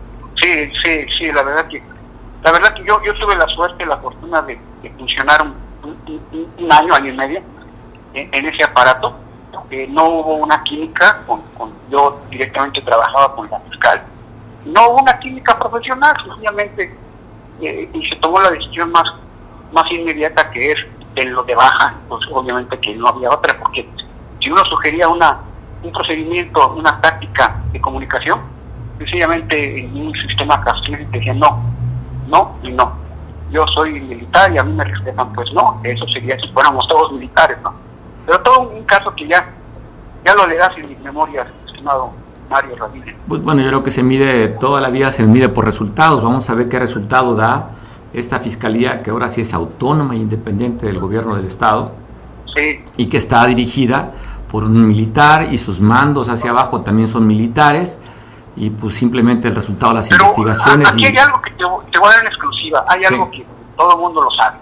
Sí, la verdad que yo tuve la suerte, la fortuna de funcionar un año y medio en ese aparato. No hubo una química, yo directamente trabajaba con la fiscal, no hubo una química profesional, sencillamente, y se tomó la decisión más inmediata, que es de lo de baja, pues obviamente que no había otra, porque si uno sugería un procedimiento, una táctica de comunicación, sencillamente en un sistema castrista decía no y no. Yo soy militar y a mí me respetan, pues no, eso sería si fuéramos todos militares, ¿no? Pero todo un caso que ya lo le das en mis memorias, estimado Mario Ramírez. Pues bueno, yo creo que toda la vida se mide por resultados. Vamos a ver qué resultado da esta Fiscalía, que ahora sí es autónoma e independiente del gobierno del Estado, sí, y que está dirigida por un militar, y sus mandos hacia abajo también son militares, y pues simplemente el resultado de las investigaciones. Aquí hay algo que te voy a dar en exclusiva, hay algo que todo el mundo lo sabe.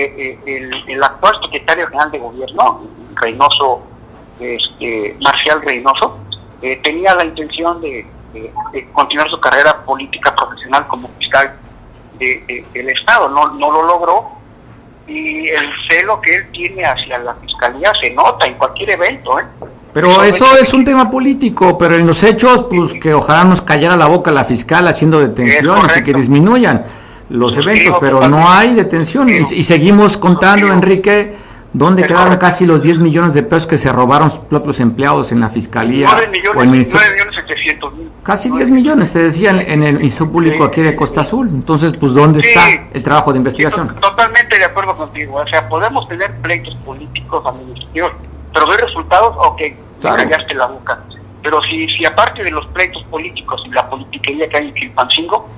El actual secretario general de gobierno, Reynoso, Marcial Reynoso, tenía la intención de continuar su carrera política profesional como fiscal del Estado, no lo logró, y el celo que él tiene hacia la Fiscalía se nota en cualquier evento, Pero eso es un tema político, pero en los hechos, pues que ojalá nos callara la boca la fiscal haciendo detenciones y que disminuyan los eventos, pero no hay detenciones. Y seguimos contando, Enrique, dónde quedaron casi los 10 millones de pesos que se robaron sus propios empleados en la Fiscalía. 9.700.000. Casi 10 millones, te decían, en el Ministerio Público aquí de Costa Azul. Entonces, pues, ¿dónde está el trabajo de investigación? Totalmente de acuerdo contigo. O sea, podemos tener pleitos políticos, administrativos, pero ver resultados, callaste la boca. Pero si aparte de los pleitos políticos y la politiquería que hay en Chilpancingo,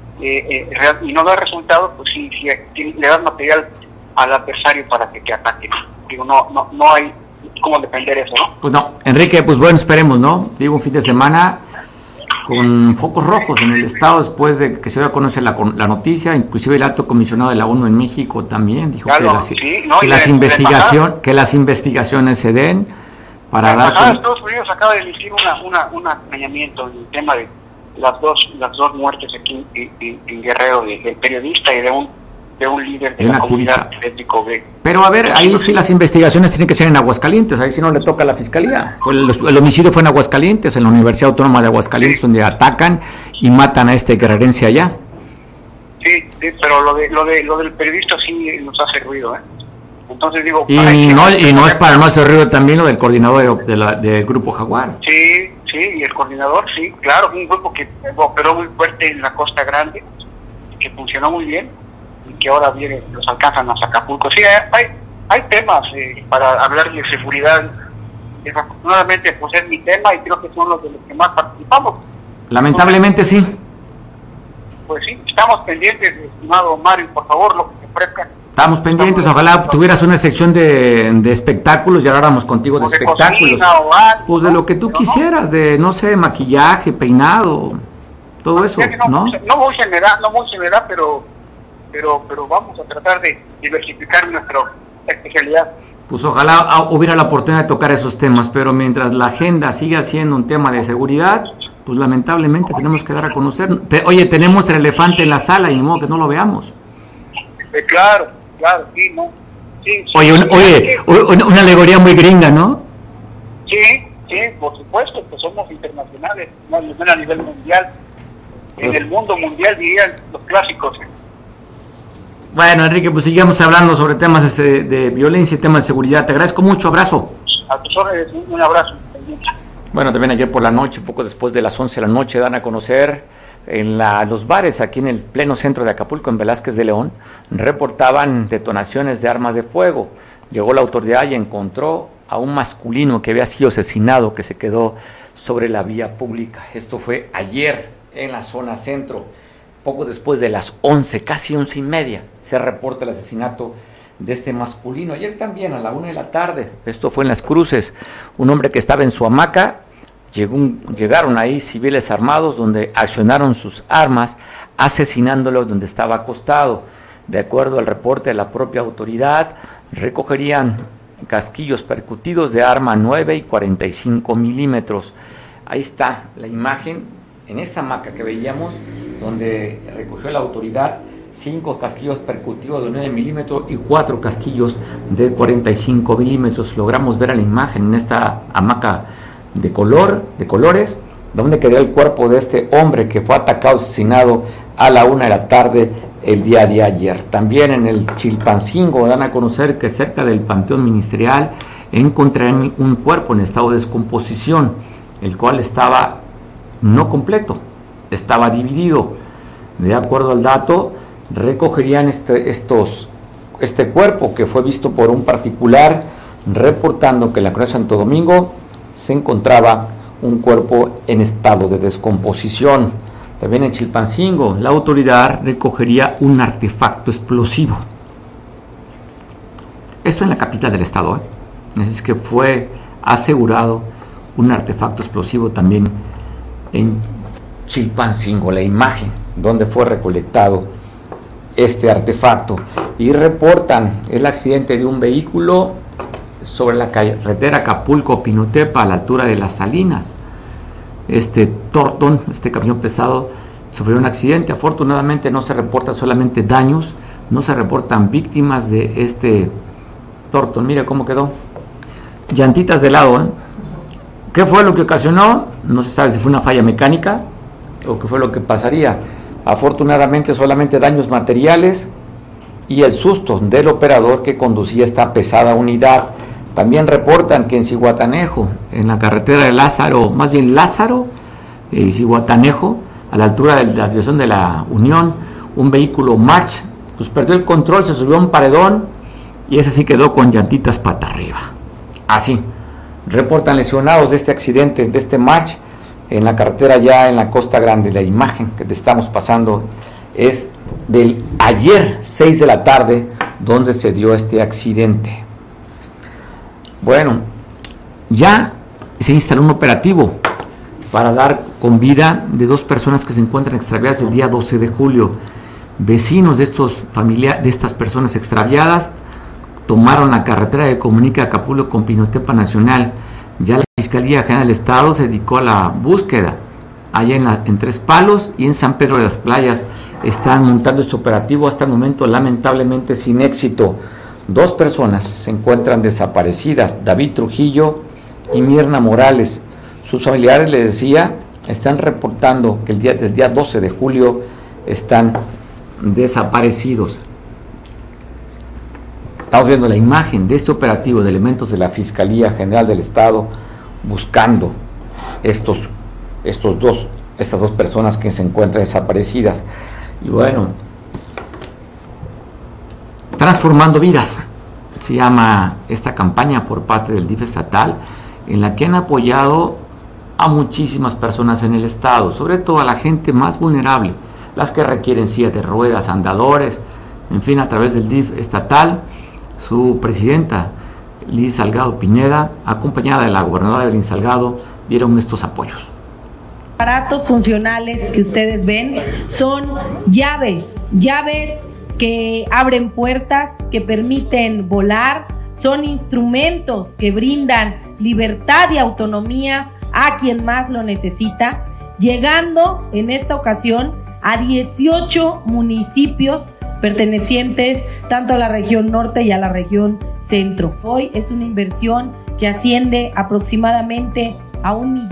y no da resultados, pues sí, le das material al adversario para que te ataque. Digo, no hay cómo defender eso, ¿no? Pues no, Enrique, pues bueno, esperemos, ¿no? Digo, un fin de semana con focos rojos en el Estado después de que se dio a conocer la noticia, inclusive el alto comisionado de la ONU en México también dijo que las investigaciones se den para dar... Estados Unidos acaba de emitir un acompañamiento en el tema de las dos muertes aquí en Guerrero, del periodista y de un líder de la comunidad étnico gay. Pero a ver, ahí sí las investigaciones tienen que ser en Aguascalientes, ahí sí no le toca a la Fiscalía. El homicidio fue en Aguascalientes, en la Universidad Autónoma de Aguascalientes, donde atacan y matan a guerrerense allá. Sí, pero lo del periodista sí nos hace ruido, Entonces digo... Y no es para no hacer ruido también lo del coordinador del Grupo Jaguar. Sí, y el coordinador, sí, claro, un grupo que operó muy fuerte en la Costa Grande, que funcionó muy bien, y que ahora los alcanzan a Acapulco. Sí, hay temas para hablar de seguridad. Desafortunadamente, pues es mi tema y creo que son los de los que más participamos. Lamentablemente sí. Pues sí, estamos pendientes, estimado Mario, por favor, lo que se ofrezca. Estamos pendientes, ojalá tuvieras una sección de espectáculos y habláramos contigo de espectáculos. Pues de lo que tú quisieras, de, no sé, maquillaje, peinado, todo eso, ¿no? No muy general, pero vamos a tratar de diversificar nuestra especialidad. Pues ojalá hubiera la oportunidad de tocar esos temas, pero mientras la agenda siga siendo un tema de seguridad, pues lamentablemente tenemos que dar a conocer. Oye, tenemos el elefante en la sala y ni modo que no lo veamos. Claro, sí, ¿no? Sí, una alegoría muy gringa, ¿no? Sí, por supuesto, que somos internacionales, no a nivel mundial. En el mundo mundial dirían los clásicos. Bueno, Enrique, pues sigamos hablando sobre temas de violencia y temas de seguridad. Te agradezco mucho, abrazo. A tus órdenes, un abrazo. Bueno, también ayer por la noche, poco después de las 11 de la noche, dan a conocer en los bares aquí en el pleno centro de Acapulco, en Velázquez de León, reportaban detonaciones de armas de fuego. Llegó la autoridad y encontró a un masculino que había sido asesinado, que se quedó sobre la vía pública. Esto fue ayer en la zona centro, poco después de las 11, casi 11:30, se reporta el asesinato de este masculino. Ayer también a la 1 de la tarde, esto fue en Las Cruces, un hombre que estaba en su hamaca, llegaron ahí civiles armados donde accionaron sus armas, asesinándolo donde estaba acostado. De acuerdo al reporte de la propia autoridad, recogerían casquillos percutidos de arma 9 y 45 milímetros. Ahí está la imagen, en esa hamaca que veíamos, donde recogió la autoridad 5 casquillos percutivos de 9 milímetros y 4 casquillos de 45 milímetros. Logramos ver a la imagen en esta hamaca de colores, donde quedó el cuerpo de este hombre que fue atacado, asesinado a la 1 de la tarde el día de ayer. También en el Chilpancingo dan a conocer que cerca del Panteón Ministerial encontraron un cuerpo en estado de descomposición, el cual estaba no completo, estaba dividido. De acuerdo al dato, recogerían este cuerpo que fue visto por un particular, reportando que en la colonia Santo Domingo se encontraba un cuerpo en estado de descomposición. También en Chilpancingo, la autoridad recogería un artefacto explosivo. Esto en la capital del estado, Es que fue asegurado un artefacto explosivo también en Chilpancingo, la imagen donde fue recolectado este artefacto. Y reportan el accidente de un vehículo sobre la carretera Acapulco-Pinotepa, a la altura de Las Salinas. Este Torton, este camión pesado, sufrió un accidente. Afortunadamente no se reportan solamente daños, no se reportan víctimas de este Torton. Mira cómo quedó. Llantitas de lado, ¿Qué fue lo que ocasionó? No se sabe si fue una falla mecánica o qué fue lo que pasaría. Afortunadamente solamente daños materiales y el susto del operador que conducía esta pesada unidad. También reportan que en Zihuatanejo, en la carretera de Lázaro y Zihuatanejo, a la altura de la dirección de la Unión, un vehículo March pues perdió el control, se subió a un paredón y ese sí quedó con llantitas pata arriba. Así, reportan lesionados de este accidente, de este March, en la carretera ya en la Costa Grande. La imagen que te estamos pasando es del ayer 6 de la tarde, donde se dio este accidente. Bueno, ya se instaló un operativo para dar con vida de 2 personas que se encuentran extraviadas el día 12 de julio. Vecinos de de estas personas extraviadas tomaron la carretera que comunica Acapulco con Pinotepa Nacional. Ya la Fiscalía General del Estado se dedicó a la búsqueda allá en Tres Palos y en San Pedro de las Playas. Están montando este operativo hasta el momento, lamentablemente sin éxito. 2 personas se encuentran desaparecidas, David Trujillo y Mirna Morales. Sus familiares, les decía, están reportando que desde el día 12 de julio están desaparecidos. Estamos viendo la imagen de este operativo de elementos de la Fiscalía General del Estado buscando estas 2 personas que se encuentran desaparecidas. Y bueno, Transformando Vidas se llama esta campaña por parte del DIF estatal, en la que han apoyado a muchísimas personas en el estado, sobre todo a la gente más vulnerable, las que requieren silla de ruedas, andadores, en fin, a través del DIF estatal. Su presidenta, Liz Salgado Pineda, acompañada de la gobernadora Evelyn Salgado, dieron estos apoyos. Aparatos funcionales que ustedes ven son llaves que abren puertas, que permiten volar, son instrumentos que brindan libertad y autonomía a quien más lo necesita, llegando en esta ocasión a 18 municipios pertenecientes tanto a la región norte y a la región centro. Hoy es una inversión que asciende aproximadamente a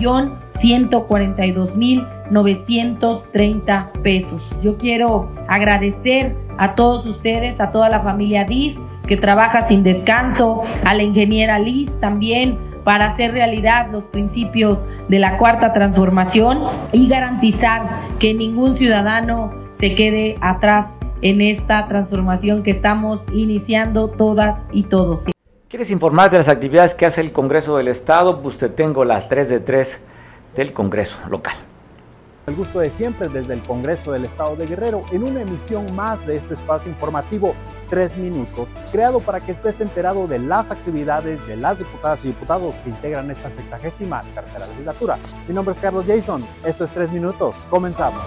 1,142,930 pesos. Yo quiero agradecer a todos ustedes, a toda la familia DIF que trabaja sin descanso, a la ingeniera Liz también, para hacer realidad los principios de la Cuarta Transformación y garantizar que ningún ciudadano se quede atrás en esta transformación que estamos iniciando todas y todos. ¿Quieres informarte de las actividades que hace el Congreso del Estado? Pues te tengo las 3 de 3 del Congreso local. El gusto de siempre desde el Congreso del Estado de Guerrero en una emisión más de este espacio informativo 3 minutos, creado para que estés enterado de las actividades de las diputadas y diputados que integran esta 63ª legislatura. Mi nombre es Carlos Jason, esto es 3 minutos, comenzamos.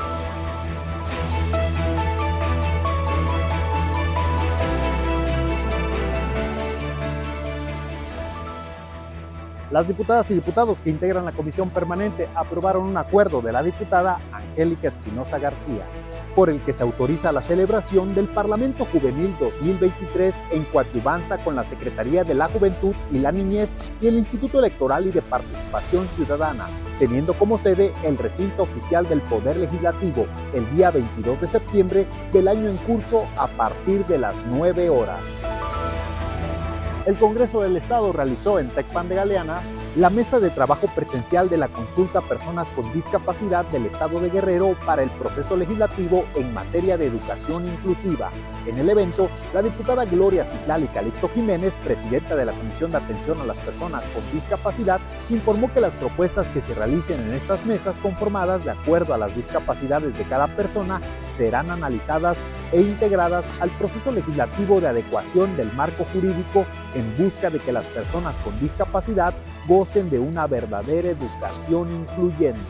Las diputadas y diputados que integran la comisión permanente aprobaron un acuerdo de la diputada Angélica Espinosa García, por el que se autoriza la celebración del Parlamento Juvenil 2023 en coadyuvanza con la Secretaría de la Juventud y la Niñez y el Instituto Electoral y de Participación Ciudadana, teniendo como sede el recinto oficial del Poder Legislativo el día 22 de septiembre del año en curso a partir de las 9 horas. El Congreso del Estado realizó en Tecpan de Galeana la mesa de trabajo presencial de la consulta a personas con discapacidad del Estado de Guerrero para el proceso legislativo en materia de educación inclusiva. En el evento, la diputada Gloria Citlali Calixto Jiménez, presidenta de la Comisión de Atención a las Personas con Discapacidad, informó que las propuestas que se realicen en estas mesas conformadas de acuerdo a las discapacidades de cada persona serán analizadas e integradas al proceso legislativo de adecuación del marco jurídico en busca de que las personas con discapacidad gocen de una verdadera educación incluyente.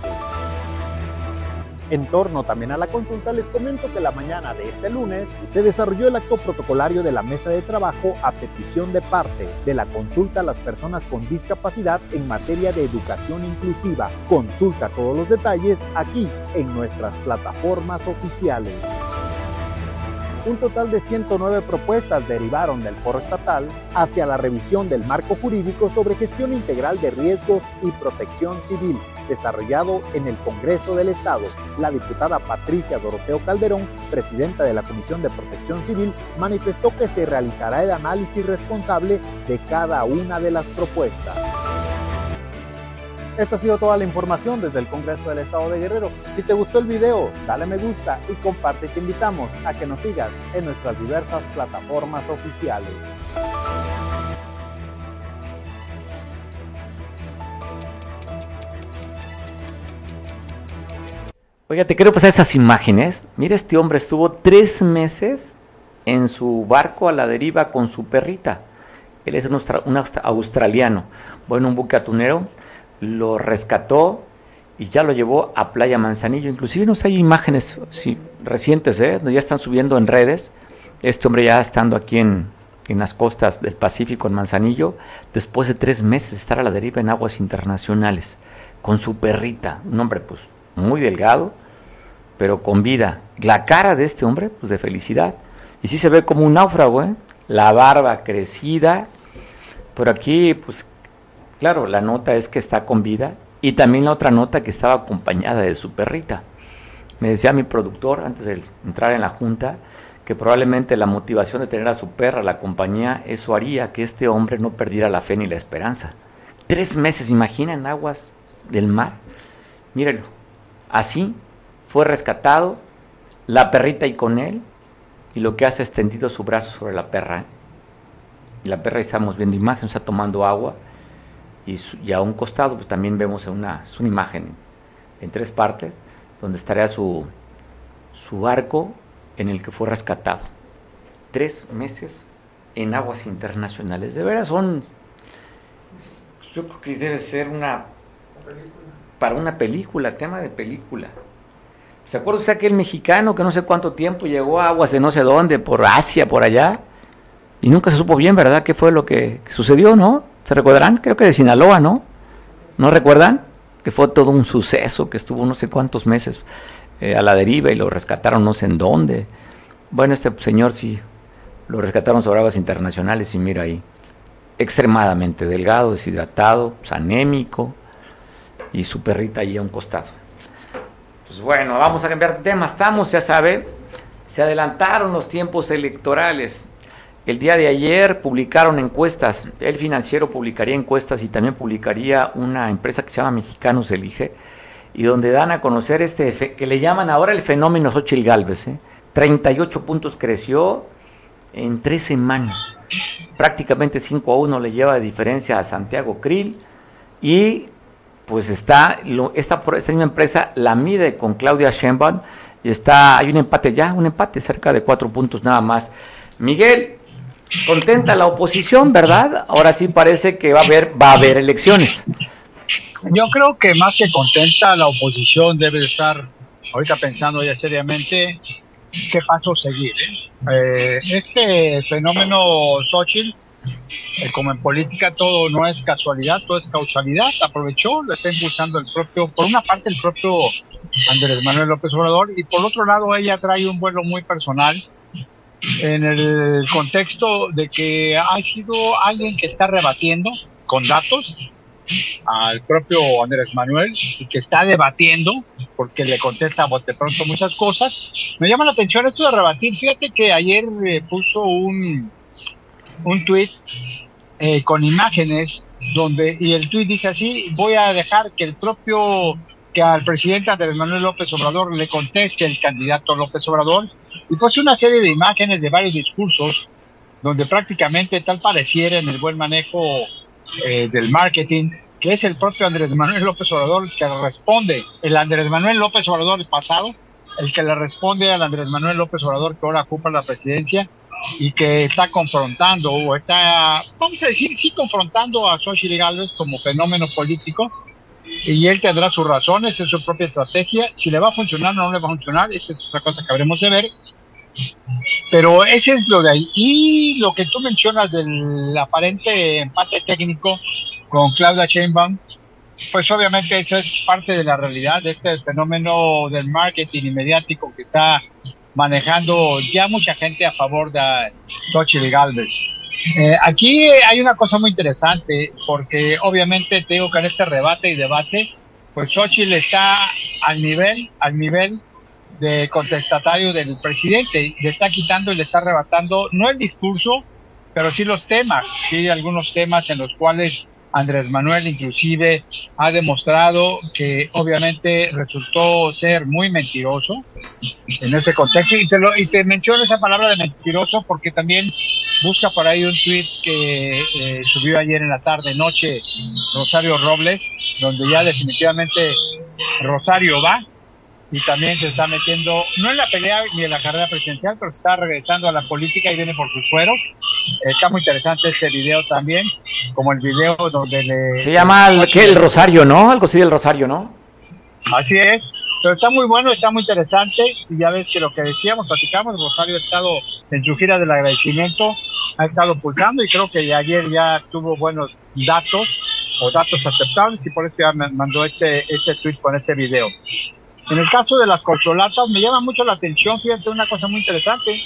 En torno también a la consulta, les comento que la mañana de este lunes se desarrolló el acto protocolario de la mesa de trabajo a petición de parte de la consulta a las personas con discapacidad en materia de educación inclusiva. Consulta todos los detalles aquí en nuestras plataformas oficiales. Un total de 109 propuestas derivaron del foro estatal hacia la revisión del marco jurídico sobre gestión integral de riesgos y protección civil, desarrollado en el Congreso del Estado. La diputada Patricia Doroteo Calderón, presidenta de la Comisión de Protección Civil, manifestó que se realizará el análisis responsable de cada una de las propuestas. Esta ha sido toda la información desde el Congreso del Estado de Guerrero. Si te gustó el video, dale me gusta y comparte. Te invitamos a que nos sigas en nuestras diversas plataformas oficiales. Oiga, te quiero pasar esas imágenes. Mira, este hombre estuvo 3 meses en su barco a la deriva con su perrita. Él es un australiano. Bueno, un buque atunero lo rescató y ya lo llevó a Playa Manzanillo. Inclusive no sé, hay imágenes recientes, donde ya están subiendo en redes. Este hombre ya estando aquí en las costas del Pacífico, en Manzanillo, después de 3 meses de estar a la deriva en aguas internacionales, con su perrita. Un hombre pues muy delgado, pero con vida. La cara de este hombre, pues de felicidad. Y sí se ve como un náufrago, la barba crecida. Por aquí, pues claro, la nota es que está con vida y también la otra nota que estaba acompañada de su perrita. Me decía mi productor antes de entrar en la junta que probablemente la motivación de tener a su perra, la compañía, eso haría que este hombre no perdiera la fe ni la esperanza. 3 meses, imaginen, aguas del mar. Mírenlo, así fue rescatado, la perrita y con él, y lo que hace es extendido su brazo sobre la perra. Y la perra, estamos viendo imágenes, está tomando agua. Y a un costado pues también vemos una imagen en 3 partes donde estaría su barco en el que fue rescatado. 3 meses en aguas internacionales. De veras yo creo que debe ser para una película, tema de película. ¿Se acuerda usted aquel mexicano que no sé cuánto tiempo llegó a aguas de no sé dónde, por Asia, por allá? Y nunca se supo bien, ¿verdad?, qué fue lo que sucedió, ¿no? ¿Se recordarán? Creo que de Sinaloa, ¿no? ¿No recuerdan? Que fue todo un suceso, que estuvo no sé cuántos meses a la deriva y lo rescataron no sé en dónde. Bueno, este señor sí, lo rescataron sobre aguas internacionales y mira ahí, extremadamente delgado, deshidratado, pues, anémico, y su perrita ahí a un costado. Pues bueno, vamos a cambiar de tema. Ya sabe, se adelantaron los tiempos electorales. El día de ayer publicaron encuestas, El Financiero publicaría encuestas y también publicaría una empresa que se llama Mexicanos Elige, y donde dan a conocer que le llaman ahora el fenómeno Xóchitl Gálvez. 38 puntos creció en 3 semanas. prácticamente 5-1 le lleva de diferencia a Santiago Krill, y pues esta misma empresa la mide con Claudia Sheinbaum, y hay un empate cerca de 4 puntos nada más. Miguel, contenta la oposición, ¿verdad? Ahora sí parece que va a haber elecciones. Yo creo que más que contenta, la oposición debe estar ahorita pensando ya seriamente qué paso seguir. Este fenómeno Xóchitl, como en política todo no es casualidad, todo es causalidad, aprovechó, lo está impulsando por una parte el propio Andrés Manuel López Obrador, y por otro lado ella trae un vuelo muy personal en el contexto de que ha sido alguien que está rebatiendo con datos al propio Andrés Manuel y que está debatiendo porque le contesta de pronto muchas cosas. Me llama la atención esto de rebatir. Fíjate que ayer puso un tuit con imágenes y el tuit dice así: voy a dejar que al presidente Andrés Manuel López Obrador le conteste el candidato López Obrador, y puso una serie de imágenes de varios discursos donde prácticamente tal pareciera en el buen manejo del marketing, que es el propio Andrés Manuel López Obrador el que responde, el Andrés Manuel López Obrador pasado, el que le responde al Andrés Manuel López Obrador que ahora ocupa la presidencia y que está confrontando, vamos a decir, sí, confrontando a Xóchitl Gálvez como fenómeno político, y él tendrá sus razones, es su propia estrategia. Si le va a funcionar o no le va a funcionar, esa es otra cosa que habremos de ver. Pero ese es lo de ahí. Y lo que tú mencionas del aparente empate técnico con Claudia Sheinbaum, pues obviamente eso es parte de la realidad de este fenómeno del marketing mediático que está manejando ya mucha gente a favor de Xóchitl Gálvez. Aquí hay una cosa muy interesante, porque obviamente te digo que en este rebate y debate, pues Xóchitl está al nivel de contestatario del presidente, le está quitando y le está arrebatando, no el discurso, pero sí los temas, sí algunos temas en los cuales Andrés Manuel inclusive ha demostrado que obviamente resultó ser muy mentiroso en ese contexto, y te menciono esa palabra de mentiroso porque también busca por ahí un tuit que subió ayer en la tarde-noche Rosario Robles, donde ya definitivamente Rosario va y también se está metiendo, no en la pelea ni en la carrera presidencial, pero está regresando a la política y viene por sus fueros. Está muy interesante ese video también, como el video donde se llama el Rosario, ¿no? Algo así del Rosario, ¿no? Así es, pero está muy bueno, está muy interesante, y ya ves que lo que decíamos, platicamos, Rosario ha estado en su gira del agradecimiento, ha estado pulsando, y creo que ayer ya tuvo buenos datos aceptables, y por eso ya me mandó este tweet con ese video. En el caso de las corcholatas me llama mucho la atención, fíjate, una cosa muy interesante,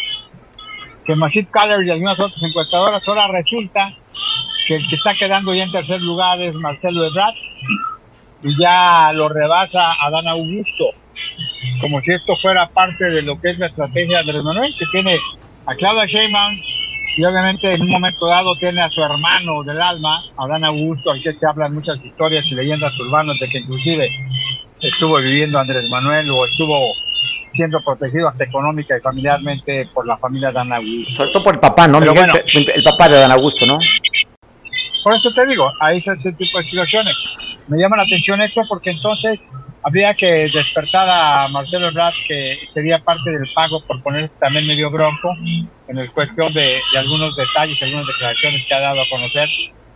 que Massive Caller y algunas otras encuestadoras, ahora resulta que el que está quedando ya en tercer lugar es Marcelo Ebrard, y ya lo rebasa a Adán Augusto, como si esto fuera parte de lo que es la estrategia de Andrés Manuel, que tiene a Claudia Sheinbaum, y obviamente en un momento dado tiene a su hermano del alma, Adán Augusto, al que se hablan muchas historias y leyendas urbanas de que inclusive estuvo viviendo Andrés Manuel o estuvo siendo protegido hasta económica y familiarmente por la familia de Adán Augusto. Sobre todo por el papá, ¿no? Miguel, bueno, el papá de Adán Augusto, ¿no? Por eso te digo, ahí es ese tipo de situaciones. Me llama la atención esto porque entonces habría que despertar a Marcelo Ebrard, que sería parte del pago por ponerse también medio bronco en el cuestión de algunos detalles, algunas declaraciones que ha dado a conocer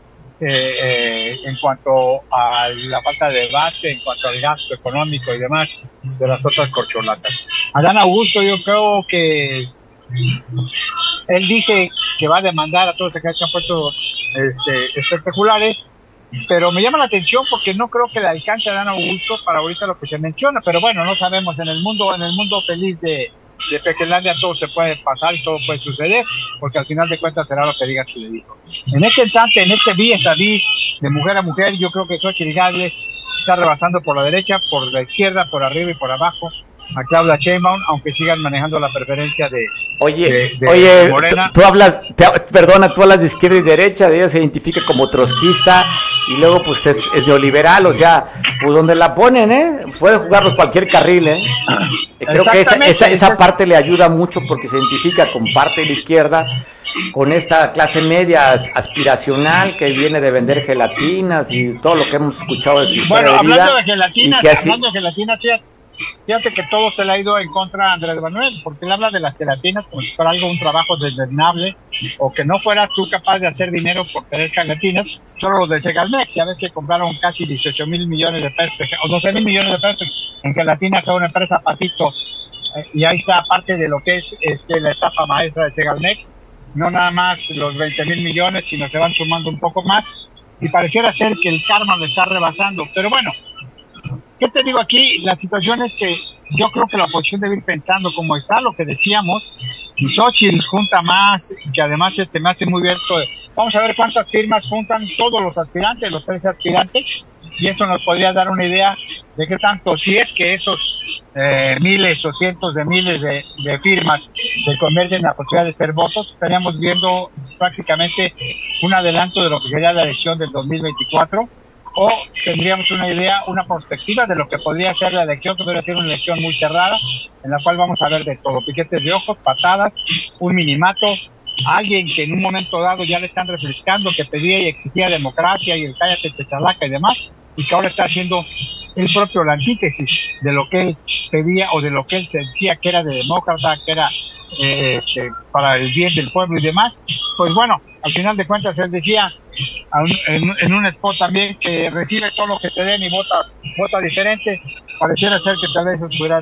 en cuanto a la falta de debate, en cuanto al gasto económico y demás de las otras corcholatas. Adán Augusto, yo creo que él dice que va a demandar a todos los que han puesto espectaculares, pero me llama la atención porque no creo que le alcance a Adán Augusto para ahorita lo que se menciona, pero bueno, no sabemos, en el mundo feliz de Pequelandia todo se puede pasar y todo puede suceder, porque al final de cuentas será lo que diga que le dijo. En este instante, en este vis a vis de mujer a mujer, yo creo que Xóchitl Gálvez está rebasando por la derecha, por la izquierda, por arriba y por abajo a Claudia Sheinbaum, aunque sigan manejando la preferencia de Morena. Tú hablas de izquierda y derecha, ella se identifica como trotskista y luego pues es neoliberal, o sea, pues donde la ponen, puede jugarlos cualquier carril, Creo que esa parte le ayuda mucho porque se identifica con parte de la izquierda con esta clase media aspiracional que viene de vender gelatinas y todo lo que hemos escuchado de su historia de vida. Hablando de gelatinas, fíjate que todo se le ha ido en contra a Andrés Manuel, porque él habla de las gelatinas como si fuera un trabajo desdernable, o que no fueras tú capaz de hacer dinero por tener gelatinas. Solo los de Segalmex, ya ves que compraron casi 18,000 millones de pesos, o 12,000 millones de pesos en gelatinas a una empresa Patito, y ahí está parte de lo que es la estafa maestra de Segalmex. No nada más los 20,000 millones, sino se van sumando un poco más, y pareciera ser que el karma lo está rebasando. Pero bueno, ¿qué te digo aquí? La situación es que yo creo que la oposición debe ir pensando como está lo que decíamos. Si Xochitl junta más, que además me hace muy bien, vamos a ver cuántas firmas juntan todos los aspirantes, los 13 aspirantes, y eso nos podría dar una idea de qué tanto, si es que esos miles o cientos de miles de firmas se convierten en la posibilidad de ser votos. Estaríamos viendo prácticamente un adelanto de lo que sería la elección del 2024, o tendríamos una idea, una perspectiva de lo que podría ser la elección, que podría ser una elección muy cerrada, en la cual vamos a ver de todo: piquetes de ojos, patadas, un minimato, alguien que en un momento dado ya le están refrescando, que pedía y exigía democracia y el cállate chachalaca y demás, y que ahora está haciendo el propio la antítesis de lo que él pedía o de lo que él se decía que era de demócrata, que era para el bien del pueblo y demás. Pues bueno, al final de cuentas él decía en un spot también que recibe todo lo que te den y vota diferente. Pareciera ser que tal vez eso pudiera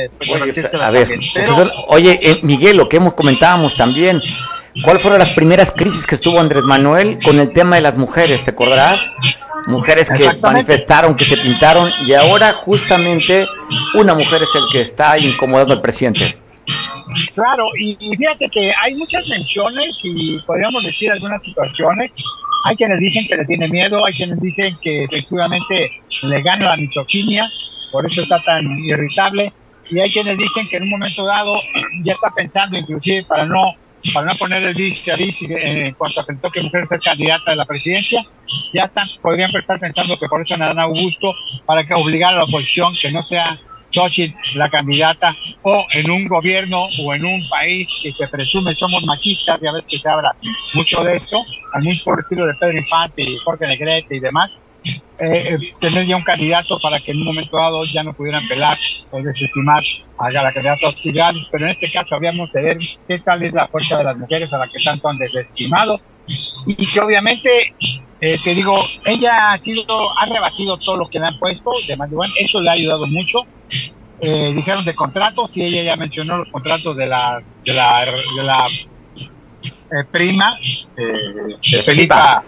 Oye, Miguel, lo que comentábamos también, ¿cuáles fueron las primeras crisis que estuvo Andrés Manuel con el tema de las mujeres? ¿Te acordarás? Mujeres que manifestaron, que se pintaron, y ahora justamente una mujer es el que está incomodando al presidente. Claro, y fíjate que hay muchas menciones y podríamos decir algunas situaciones. Hay quienes dicen que le tiene miedo, hay quienes dicen que efectivamente le gana la misoginia, por eso está tan irritable, y hay quienes dicen que en un momento dado ya está pensando, inclusive para no poner el dice en cuanto a que toque mujer ser candidata a la presidencia, podrían estar pensando que por eso Dan Augusto, para que obligar a la oposición que no sea Xochitl la candidata, o en un gobierno o en un país que se presume somos machistas, ya ves que se habla mucho de eso, al mismo por el estilo de Pedro Infante y Jorge Negrete y demás, tener ya un candidato para que en un momento dado ya no pudieran pelar o desestimar a la candidata Oxigal. Pero en este caso habíamos de ver qué tal es la fuerza de las mujeres a la que tanto han desestimado, y que obviamente te digo, ella ha rebatido todo lo que le han puesto de Manuel. Eso le ha ayudado mucho. Dijeron de contratos, y ella ya mencionó los contratos de la prima de Felipa,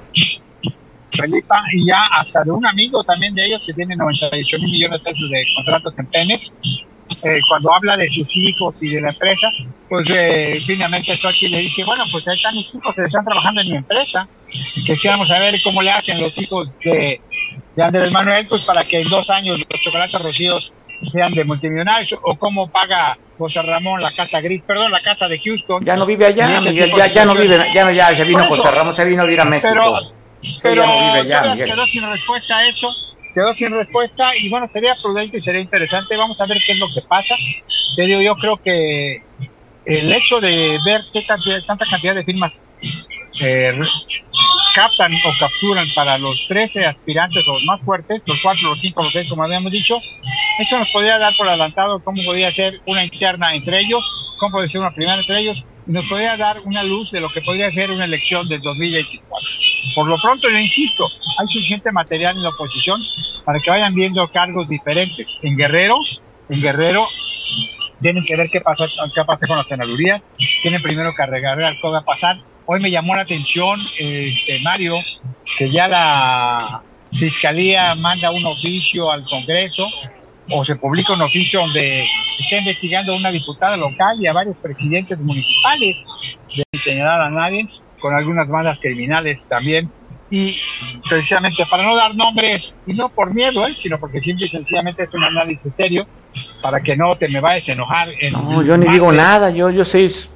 y ya hasta de un amigo también de ellos que tiene 98,000 millones de pesos de contratos en Pemex. Cuando habla de sus hijos y de la empresa, pues finalmente Xochitl le dice, bueno, pues ahí están mis hijos, están trabajando en mi empresa, quisiéramos saber cómo le hacen los hijos de Andrés Manuel, pues para que en 2 años los chocolates rocíos sean de multimillonarios, o cómo paga José Ramón la casa de Houston. Ya no vive allá, Miguel, ya no vive, ya se vino José Ramón, se vino a vivir a México. Pero ya no vive allá, quedó sin respuesta a eso. Y bueno, sería prudente y sería interesante. Vamos a ver qué es lo que pasa. Te digo, yo creo que el hecho de ver tanta cantidad de firmas captan o capturan para los 13 aspirantes, los más fuertes, los 4, los 5, los 6, como habíamos dicho, eso nos podría dar por adelantado cómo podría ser una interna entre ellos, cómo podría ser una primera entre ellos, y nos podría dar una luz de lo que podría ser una elección del 2024. Por lo pronto, yo insisto, hay suficiente material en la oposición para que vayan viendo cargos diferentes. En Guerrero tienen que ver qué pasa con las senadurías, tienen primero que arreglar qué va a pasar. Hoy me llamó la atención, Mario, que ya la Fiscalía manda un oficio al Congreso, o se publica un oficio donde está investigando a una diputada local y a varios presidentes municipales, de señalar a nadie, con algunas bandas criminales también, y precisamente para no dar nombres, y no por miedo, sino porque simple y sencillamente es un análisis serio, para que no te me vayas a enojar. No, yo ni digo nada, yo soy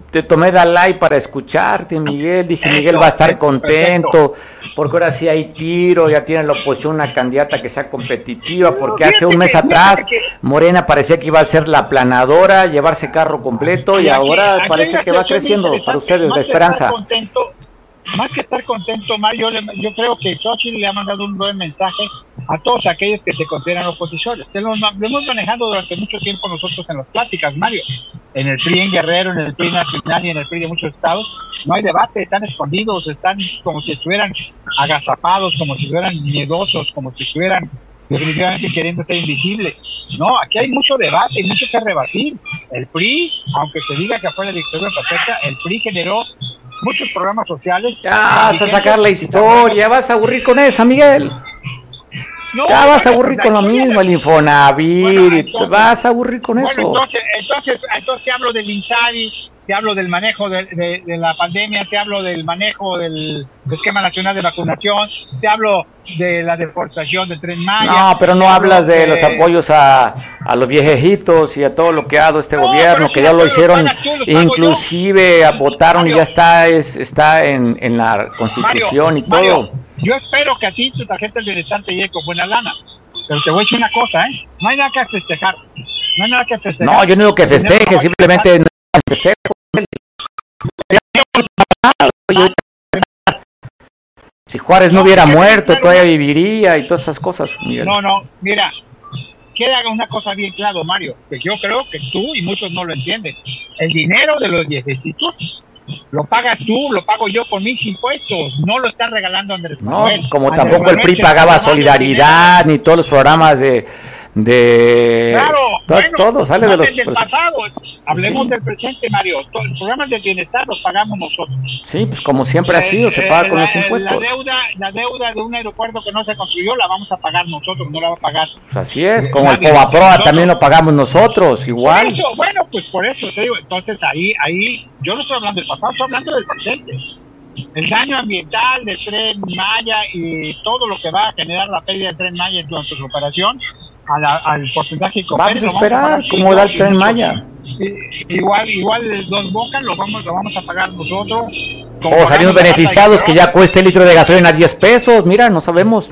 te tomé Dalai para escucharte, Miguel. Dije, Miguel va a estar contento, porque ahora sí hay tiro, ya tiene la oposición una candidata que sea competitiva, porque hace un mes atrás Morena parecía que iba a ser la aplanadora, llevarse carro completo, y ahora parece que va creciendo para ustedes la esperanza. Más que estar contento, Mario, yo creo que Xochitl le ha mandado un buen mensaje a todos aquellos que se consideran opositores, que lo hemos manejado durante mucho tiempo nosotros en las pláticas, Mario. En el PRI en Guerrero, en el PRI nacional y en el PRI de muchos estados, no hay debate, están escondidos, están como si estuvieran agazapados, como si estuvieran miedosos, como si estuvieran definitivamente queriendo ser invisibles. No, aquí hay mucho debate y mucho que rebatir. El PRI, aunque se diga que fue la dictadura perfecta, el PRI generó muchos programas sociales. Ya vas a sacar la historia, vas a aburrir con eso, Miguel. No, ya vas a aburrir con lo mismo, el Infonavit, te vas a aburrir con eso. Entonces te hablo del INSABI, te hablo del manejo de la pandemia, te hablo del manejo del esquema nacional de vacunación, te hablo de la deforestación del Tren Maya. No, pero no hablas de los apoyos a los viejitos y a todo lo que ha dado este gobierno, que ya lo hicieron, inclusive votaron y ya está en la Constitución y todo. Mario, yo espero que a ti tu tarjeta de bienestar te llegue con buena lana, pero te voy a decir una cosa, no hay nada que festejar. No, yo no digo que festeje, simplemente no festejo. Si Juárez no hubiera muerto, todavía viviría y todas esas cosas, Miguel. No, mira, queda una cosa bien claro, Mario, que yo creo que tú y muchos no lo entienden. El dinero de los viejecitos lo pagas tú, lo pago yo con mis impuestos, no lo está regalando Andrés Manuel. No, como tampoco el PRI pagaba Solidaridad, ni todos los programas claro, todo sale de los del pasado. Hablemos del presente, Mario. Los programas del bienestar los pagamos nosotros. Sí, pues como siempre ha sido, se paga con los impuestos. La deuda de un aeropuerto que no se construyó la vamos a pagar nosotros, no la va a pagar. Pues así es, como el Fobaproa también lo pagamos nosotros, igual. Por eso, pues por eso te digo, entonces ahí yo no estoy hablando del pasado, estoy hablando del presente. El daño ambiental del Tren Maya y todo lo que va a generar la pérdida del Tren Maya durante su operación al porcentaje que vamos a esperar cómo da el Tren Maya. Igual Dos Bocas lo vamos a pagar nosotros. O salimos beneficiados que ya cueste el litro de gasolina 10 pesos, mira, no sabemos.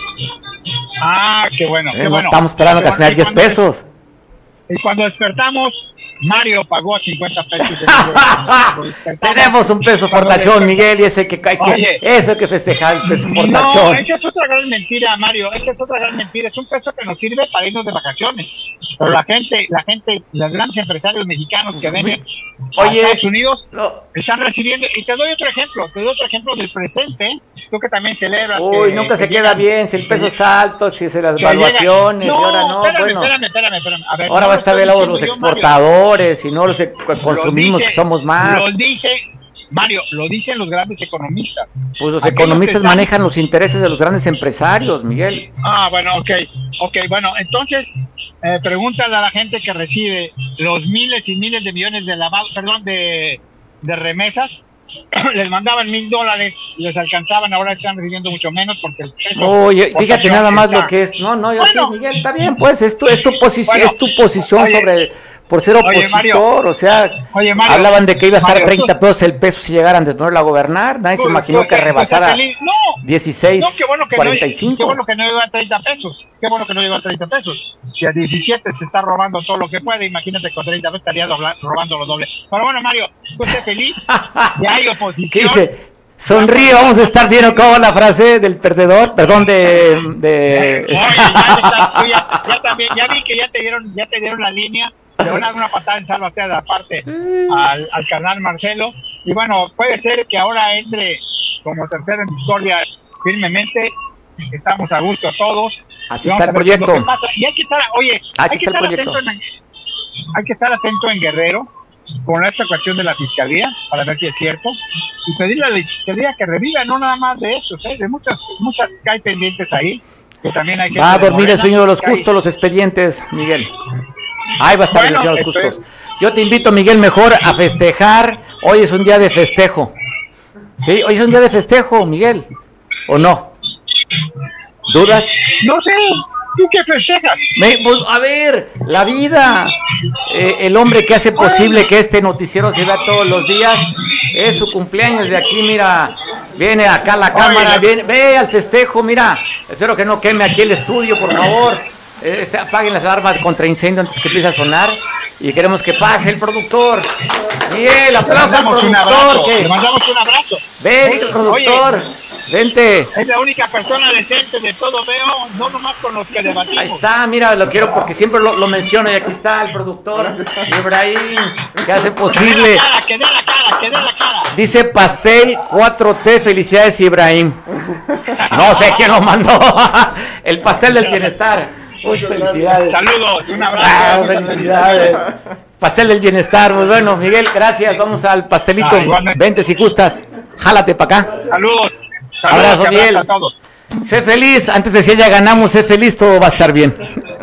Qué bueno. No estamos esperando que sea 10 pesos. Y cuando despertamos, Mario pagó 50 pesos. Tenemos un peso fortachón, Miguel, y eso hay que festejar, el peso fortachón. No, esa es otra gran mentira, Mario, es un peso que nos sirve para irnos de vacaciones. Pero la gente, los grandes empresarios mexicanos que venden a Estados Unidos están recibiendo, y te doy otro ejemplo del presente, tú que también celebras. Nunca se queda bien, si el peso está alto, si se las evaluaciones, y ahora no, espérame. A ver, ahora va a estar del lado de los exportadores y no los consumimos, que somos más. Mario, lo dicen los grandes economistas. Pues los economistas manejan los intereses de los grandes empresarios, Miguel. Bueno, bueno, entonces pregúntale a la gente que recibe los miles y miles de millones de remesas. Les mandaban $1,000, les alcanzaban, ahora están recibiendo mucho menos porque el peso. Fíjate nada más lo que es. Yo sé, Miguel, está bien, pues es tu posición por ser opositor, Mario, hablaban de que iba a estar 30 pesos el peso si llegaran de tenerlo a gobernar, nadie se imaginó que rebasara 16, 45. Qué bueno que no iba a 30 pesos, si a 17 se está robando todo lo que puede, imagínate con 30 pesos estaría robando lo doble. Pero bueno, Mario, tú estés feliz, ya hay oposición. ¿Qué dice? Sonríe, vamos a estar bien, ¿cómo va la frase del perdedor? Perdón, Oye, ya también, ya vi que ya te dieron la línea. Le van a dar una patada en salva sea de aparte al carnal Marcelo. Y bueno, puede ser que ahora entre como tercero en historia firmemente. Estamos a gusto todos. Así está el proyecto. Y hay que estar atento en Guerrero con esta cuestión de la fiscalía para ver si es cierto. Y pedirle a la fiscalía que reviva, no nada más de eso, de muchas que hay pendientes ahí. Que también hay que va a dormir el sueño de los justos, los expedientes, Miguel. Ahí va a estar los justos. Yo te invito, Miguel, mejor a festejar. Hoy es un día de festejo. Sí, hoy es un día de festejo, Miguel. ¿O no? ¿Dudas? No sé. ¿Tú qué festejas? Pues, a ver, la vida. el hombre que hace posible que este noticiero se vea todos los días. Es su cumpleaños de aquí, mira, viene acá la cámara, ve al festejo, mira, espero que no queme aquí el estudio, por favor. Apaguen las alarmas contra incendio antes que empiece a sonar, y queremos que pase el productor. Miguel, aplauso al productor. Le mandamos un abrazo. Ven, el productor. Oye, vente. Es la única persona decente de todo veo, no nomás con los que debatimos. Ahí está, mira, lo quiero porque siempre lo menciono, y aquí está el productor Ibrahim, que hace posible. Que dé la cara. Dice Pastel 4T, felicidades Ibrahim. No sé quién lo mandó. El pastel del bienestar. Uy, felicidades. Saludos, un abrazo. Felicidades. Pastel del bienestar, muy bueno. Miguel, gracias. Vamos al pastelito. Vente si gustas. Jálate para acá. Saludos. Abrazo, Miguel. A todos. Sé feliz. Antes decía ya ganamos, sé feliz, todo va a estar bien.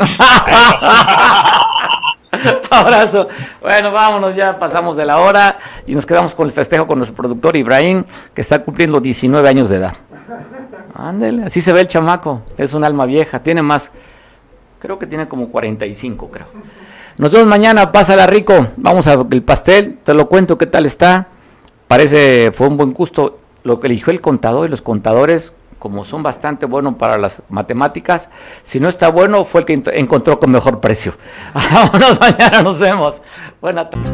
Abrazo. Bueno, vámonos, ya pasamos de la hora y nos quedamos con el festejo con nuestro productor Ibrahim, que está cumpliendo 19 años de edad. Ándele, así se ve el chamaco. Es un alma vieja, tiene más. Creo que tiene como 45, creo. Nos vemos mañana, pásala rico. Vamos a el pastel, te lo cuento qué tal está. Fue un buen gusto lo que eligió el contador, y los contadores, como son bastante buenos para las matemáticas, si no está bueno, fue el que encontró con mejor precio. Vámonos, mañana nos vemos. Buenas tardes.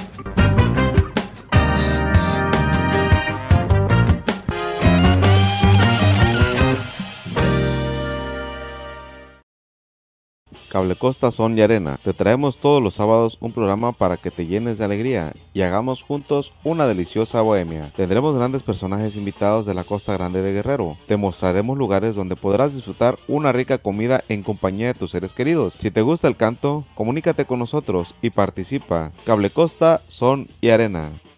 Cable Costa Son y Arena. Te traemos todos los sábados un programa para que te llenes de alegría y hagamos juntos una deliciosa bohemia. Tendremos grandes personajes invitados de la Costa Grande de Guerrero. Te mostraremos lugares donde podrás disfrutar una rica comida en compañía de tus seres queridos. Si te gusta el canto, comunícate con nosotros y participa. Cable Costa Son y Arena.